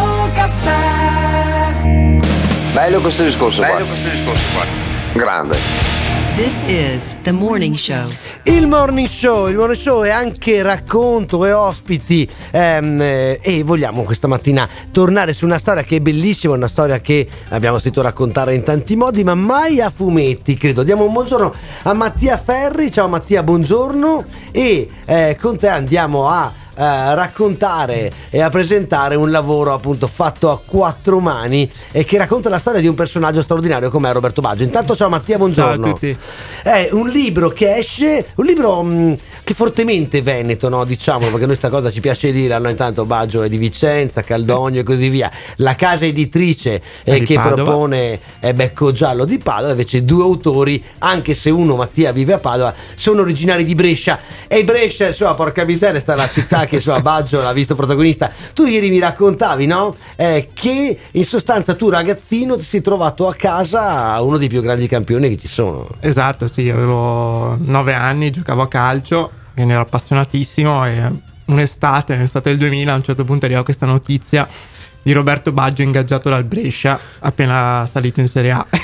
Caffè. Bello questo discorso qua. Grande. This is the Morning Show. Il Morning Show è anche racconto e ospiti e vogliamo questa mattina tornare su una storia che è bellissima, una storia che abbiamo sentito raccontare in tanti modi, ma mai a fumetti, credo. Diamo un buongiorno a Mattia Ferri. Ciao Mattia, buongiorno. E con te andiamo a raccontare e a presentare un lavoro appunto fatto a 4 mani e che racconta la storia di un personaggio straordinario come Roberto Baggio. Intanto ciao Mattia, buongiorno. Ciao a tutti. È un libro che esce, un libro che è fortemente veneto, no? Diciamo, perché noi sta cosa ci piace dire. Allora, intanto Baggio è di Vicenza, Caldogno e così via. La casa editrice che propone è Becco Giallo di Padova. Invece 2 autori, anche se uno, Mattia, vive a Padova, sono originari di Brescia. E Brescia, insomma, porca miseria, sta la città che insomma Baggio l'ha visto protagonista. Tu ieri mi raccontavi, no? Che in sostanza tu ragazzino ti sei trovato a casa uno dei più grandi campioni che ci sono. Esatto, sì, avevo 9 anni, giocavo a calcio e ne ero appassionatissimo e un'estate, nell'estate del 2000, a un certo punto arriva questa notizia di Roberto Baggio ingaggiato dal Brescia appena salito in Serie A.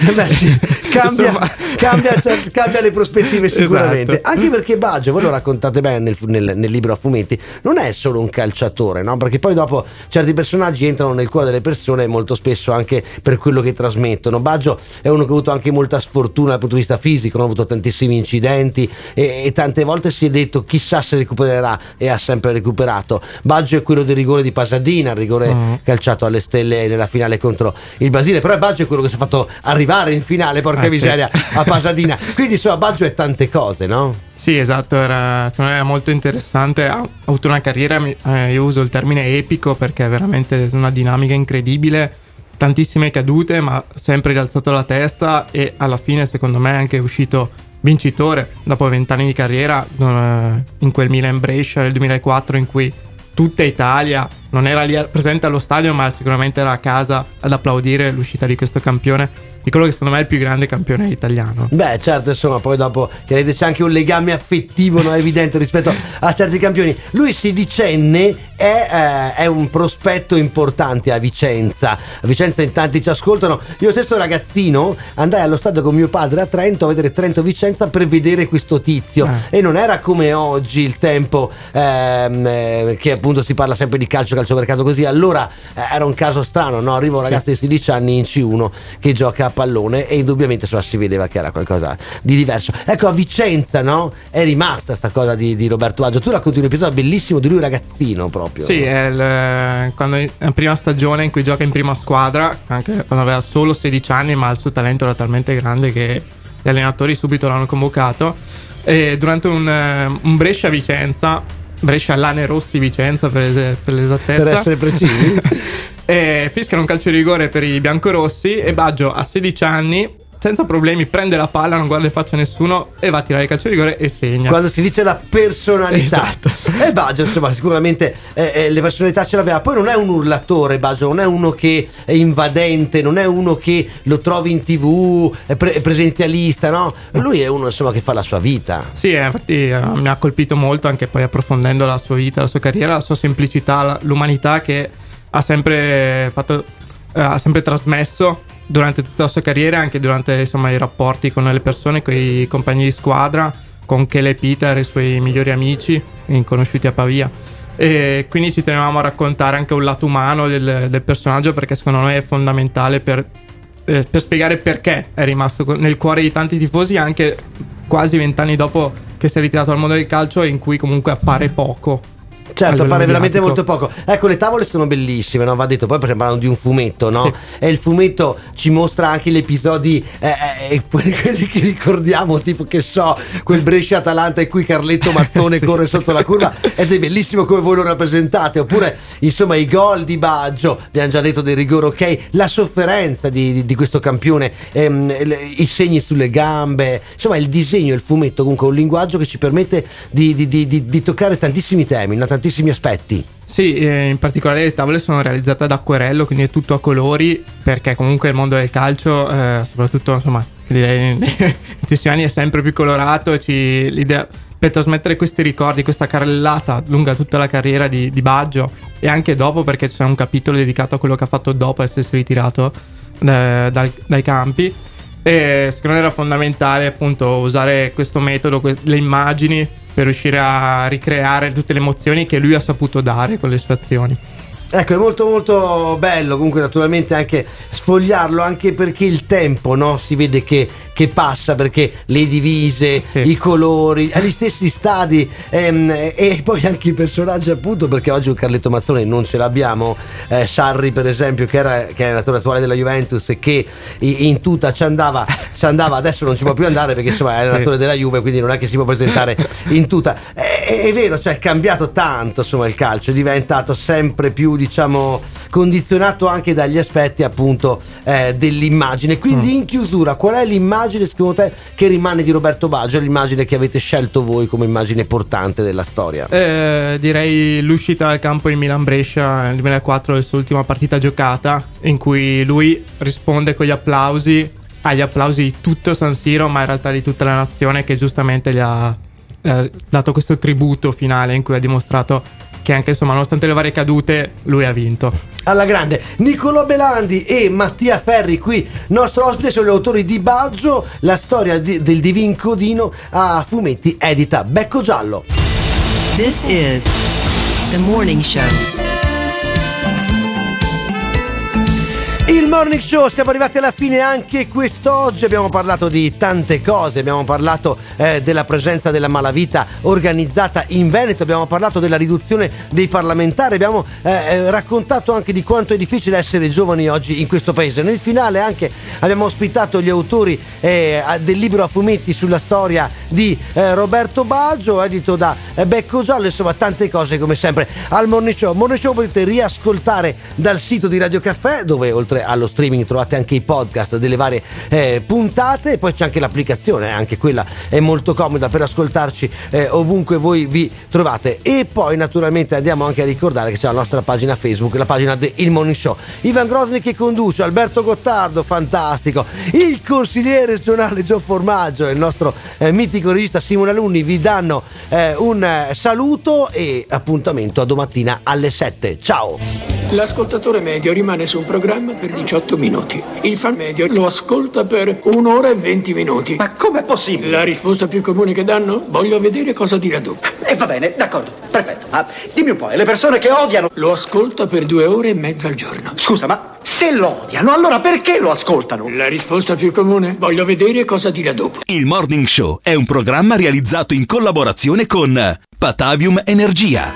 Cambia le prospettive sicuramente. Esatto. Anche perché Baggio, voi lo raccontate bene nel libro a fumetti, non è solo un calciatore, no? Perché poi dopo certi personaggi entrano nel cuore delle persone molto spesso anche per quello che trasmettono. Baggio è uno che ha avuto anche molta sfortuna dal punto di vista fisico, ha avuto tantissimi incidenti e tante volte si è detto chissà se recupererà, e ha sempre recuperato. Baggio è quello del rigore di Pasadena, il rigore calciato alle stelle nella finale contro il Brasile, però Baggio è quello che si è fatto arrivare in finale, porca miseria, a Pasadena. Quindi insomma Baggio è tante cose, no? Sì, esatto, secondo me era molto interessante, ha avuto una carriera, io uso il termine epico perché è veramente una dinamica incredibile, tantissime cadute ma sempre rialzato la testa e alla fine secondo me è anche uscito vincitore dopo 20 anni di carriera in quel Milan Brescia nel 2004 in cui tutta Italia, non era lì presente allo stadio, ma sicuramente era a casa ad applaudire l'uscita di questo campione, di quello che secondo me è il più grande campione italiano. Beh, certo, insomma, poi dopo c'è anche un legame affettivo, no, evidente rispetto a certi campioni. Lui, sedicenne, è un prospetto importante a Vicenza. A Vicenza in tanti ci ascoltano. Io stesso ragazzino andai allo stadio con mio padre a Trento a vedere Trento-Vicenza per vedere questo tizio, e non era come oggi il tempo che appunto si parla sempre di calciomercato così. Allora era un caso strano, no? Arriva un ragazzo di 16 anni in C1 che gioca a pallone e indubbiamente si vedeva che era qualcosa di diverso. Ecco, a Vicenza, no? È rimasta sta cosa di Roberto Baggio. Tu racconti un episodio bellissimo di lui ragazzino proprio. Sì, è la prima stagione in cui gioca in prima squadra, anche quando aveva solo 16 anni, ma il suo talento era talmente grande che gli allenatori subito l'hanno convocato. E durante un Brescia-Vicenza, Brescia-Lane Rossi Vicenza per l'esattezza, per essere precisi, e fischiano un calcio di rigore per i biancorossi e Baggio a 16 anni senza problemi prende la palla, non guarda in faccia a nessuno e va a tirare il calcio di rigore e segna. Quando si dice la personalità, esatto. E Baggio, insomma, sicuramente le personalità ce l'aveva. Poi non è un urlatore Baggio, non è uno che è invadente, non è uno che lo trovi in TV, è presenzialista, no? Lui è uno, insomma, che fa la sua vita. Sì, infatti mi ha colpito molto, anche poi approfondendo la sua vita, la sua carriera, la sua semplicità, l'umanità che ha sempre trasmesso durante tutta la sua carriera, anche durante, insomma, i rapporti con le persone, con i compagni di squadra, con Kele Peter, i suoi migliori amici conosciuti a Pavia. E quindi ci tenevamo a raccontare anche un lato umano del personaggio, perché secondo noi è fondamentale per spiegare perché è rimasto nel cuore di tanti tifosi anche quasi 20 anni dopo che si è ritirato dal mondo del calcio, in cui comunque appare poco. Certo, appare veramente molto poco. Ecco, le tavole sono bellissime, no? Va detto, poi perché parlano di un fumetto, no? Sì. E il fumetto ci mostra anche gli episodi quelli che ricordiamo, tipo, che so, quel Brescia-Atalanta in cui Carletto Mazzone sì, corre sotto la curva, ed è bellissimo come voi lo rappresentate. Oppure, insomma, i gol di Baggio, abbiamo già detto del rigore, ok, la sofferenza di questo campione, i segni sulle gambe, insomma, il disegno, il fumetto, comunque un linguaggio che ci permette di toccare tantissimi temi, tantissimi aspetti. Sì, in particolare le tavole sono realizzate ad acquerello, quindi è tutto a colori, perché comunque il mondo del calcio, soprattutto, insomma, in questi anni è sempre più colorato, e l'idea per trasmettere questi ricordi, questa carrellata lunga tutta la carriera di Baggio, e anche dopo, perché c'è un capitolo dedicato a quello che ha fatto dopo essersi ritirato dai campi. E secondo me era fondamentale, appunto, usare questo metodo, le immagini, per riuscire a ricreare tutte le emozioni che lui ha saputo dare con le sue azioni. Ecco, è molto molto bello comunque, naturalmente, anche sfogliarlo, anche perché il tempo, no, si vede che passa, perché le divise, sì, i colori, gli stessi stadi, e poi anche i personaggi, appunto, perché oggi un Carletto Mazzone non ce l'abbiamo. Sarri, per esempio, che è l'allenatore attuale della Juventus, e che in tuta ci andava, adesso non ci può più andare perché, insomma, è allenatore della Juve, quindi non è che si può presentare in tuta. È vero, cioè è cambiato tanto, insomma, il calcio è diventato sempre più, diciamo, condizionato anche dagli aspetti, appunto, dell'immagine. Quindi in chiusura, qual è l'immagine secondo te che rimane di Roberto Baggio, l'immagine che avete scelto voi come immagine portante della storia? Direi l'uscita dal campo in Milan-Brescia nel 2004, la sua ultima partita giocata, in cui lui risponde con gli applausi, agli applausi di tutto San Siro, ma in realtà di tutta la nazione, che giustamente gli ha dato questo tributo finale in cui ha dimostrato che anche, insomma, nonostante le varie cadute, lui ha vinto. Alla grande. Nicolò Belandi e Mattia Ferri qui, nostro ospite, sono gli autori di Baggio, la storia del Divin Codino, a fumetti edita Becco Giallo. This is The Morning Show. Il Morning Show, siamo arrivati alla fine anche quest'oggi. Abbiamo parlato di tante cose, abbiamo parlato della presenza della malavita organizzata in Veneto, abbiamo parlato della riduzione dei parlamentari, abbiamo raccontato anche di quanto è difficile essere giovani oggi in questo paese. Nel finale anche abbiamo ospitato gli autori del libro a fumetti sulla storia di Roberto Baggio, edito da Becco Giallo, insomma tante cose come sempre al Morning Show. Morning Show potete riascoltare dal sito di Radio Caffè, dove oltre allo streaming trovate anche i podcast delle varie puntate, e poi c'è anche l'applicazione, anche quella è molto comoda per ascoltarci ovunque voi vi trovate. E poi naturalmente andiamo anche a ricordare che c'è la nostra pagina Facebook, la pagina del Morning Show. Ivan Grosny che conduce, Alberto Gottardo, fantastico, il consigliere regionale Gio Formaggio e il nostro mitico regista Simone Alunni vi danno un saluto e appuntamento a domattina alle 7. Ciao! L'ascoltatore medio rimane su un programma per 18 minuti. Il fan medio lo ascolta per 1 ora e 20 minuti. Ma com'è possibile? La risposta più comune che danno? Voglio vedere cosa dirà dopo. E va bene, d'accordo, perfetto. Dimmi un po', e le persone che odiano? Lo ascolta per 2 ore e mezza al giorno. Scusa, ma se lo odiano, allora perché lo ascoltano? La risposta più comune? Voglio vedere cosa dirà dopo. Il Morning Show è un programma realizzato in collaborazione con Patavium Energia.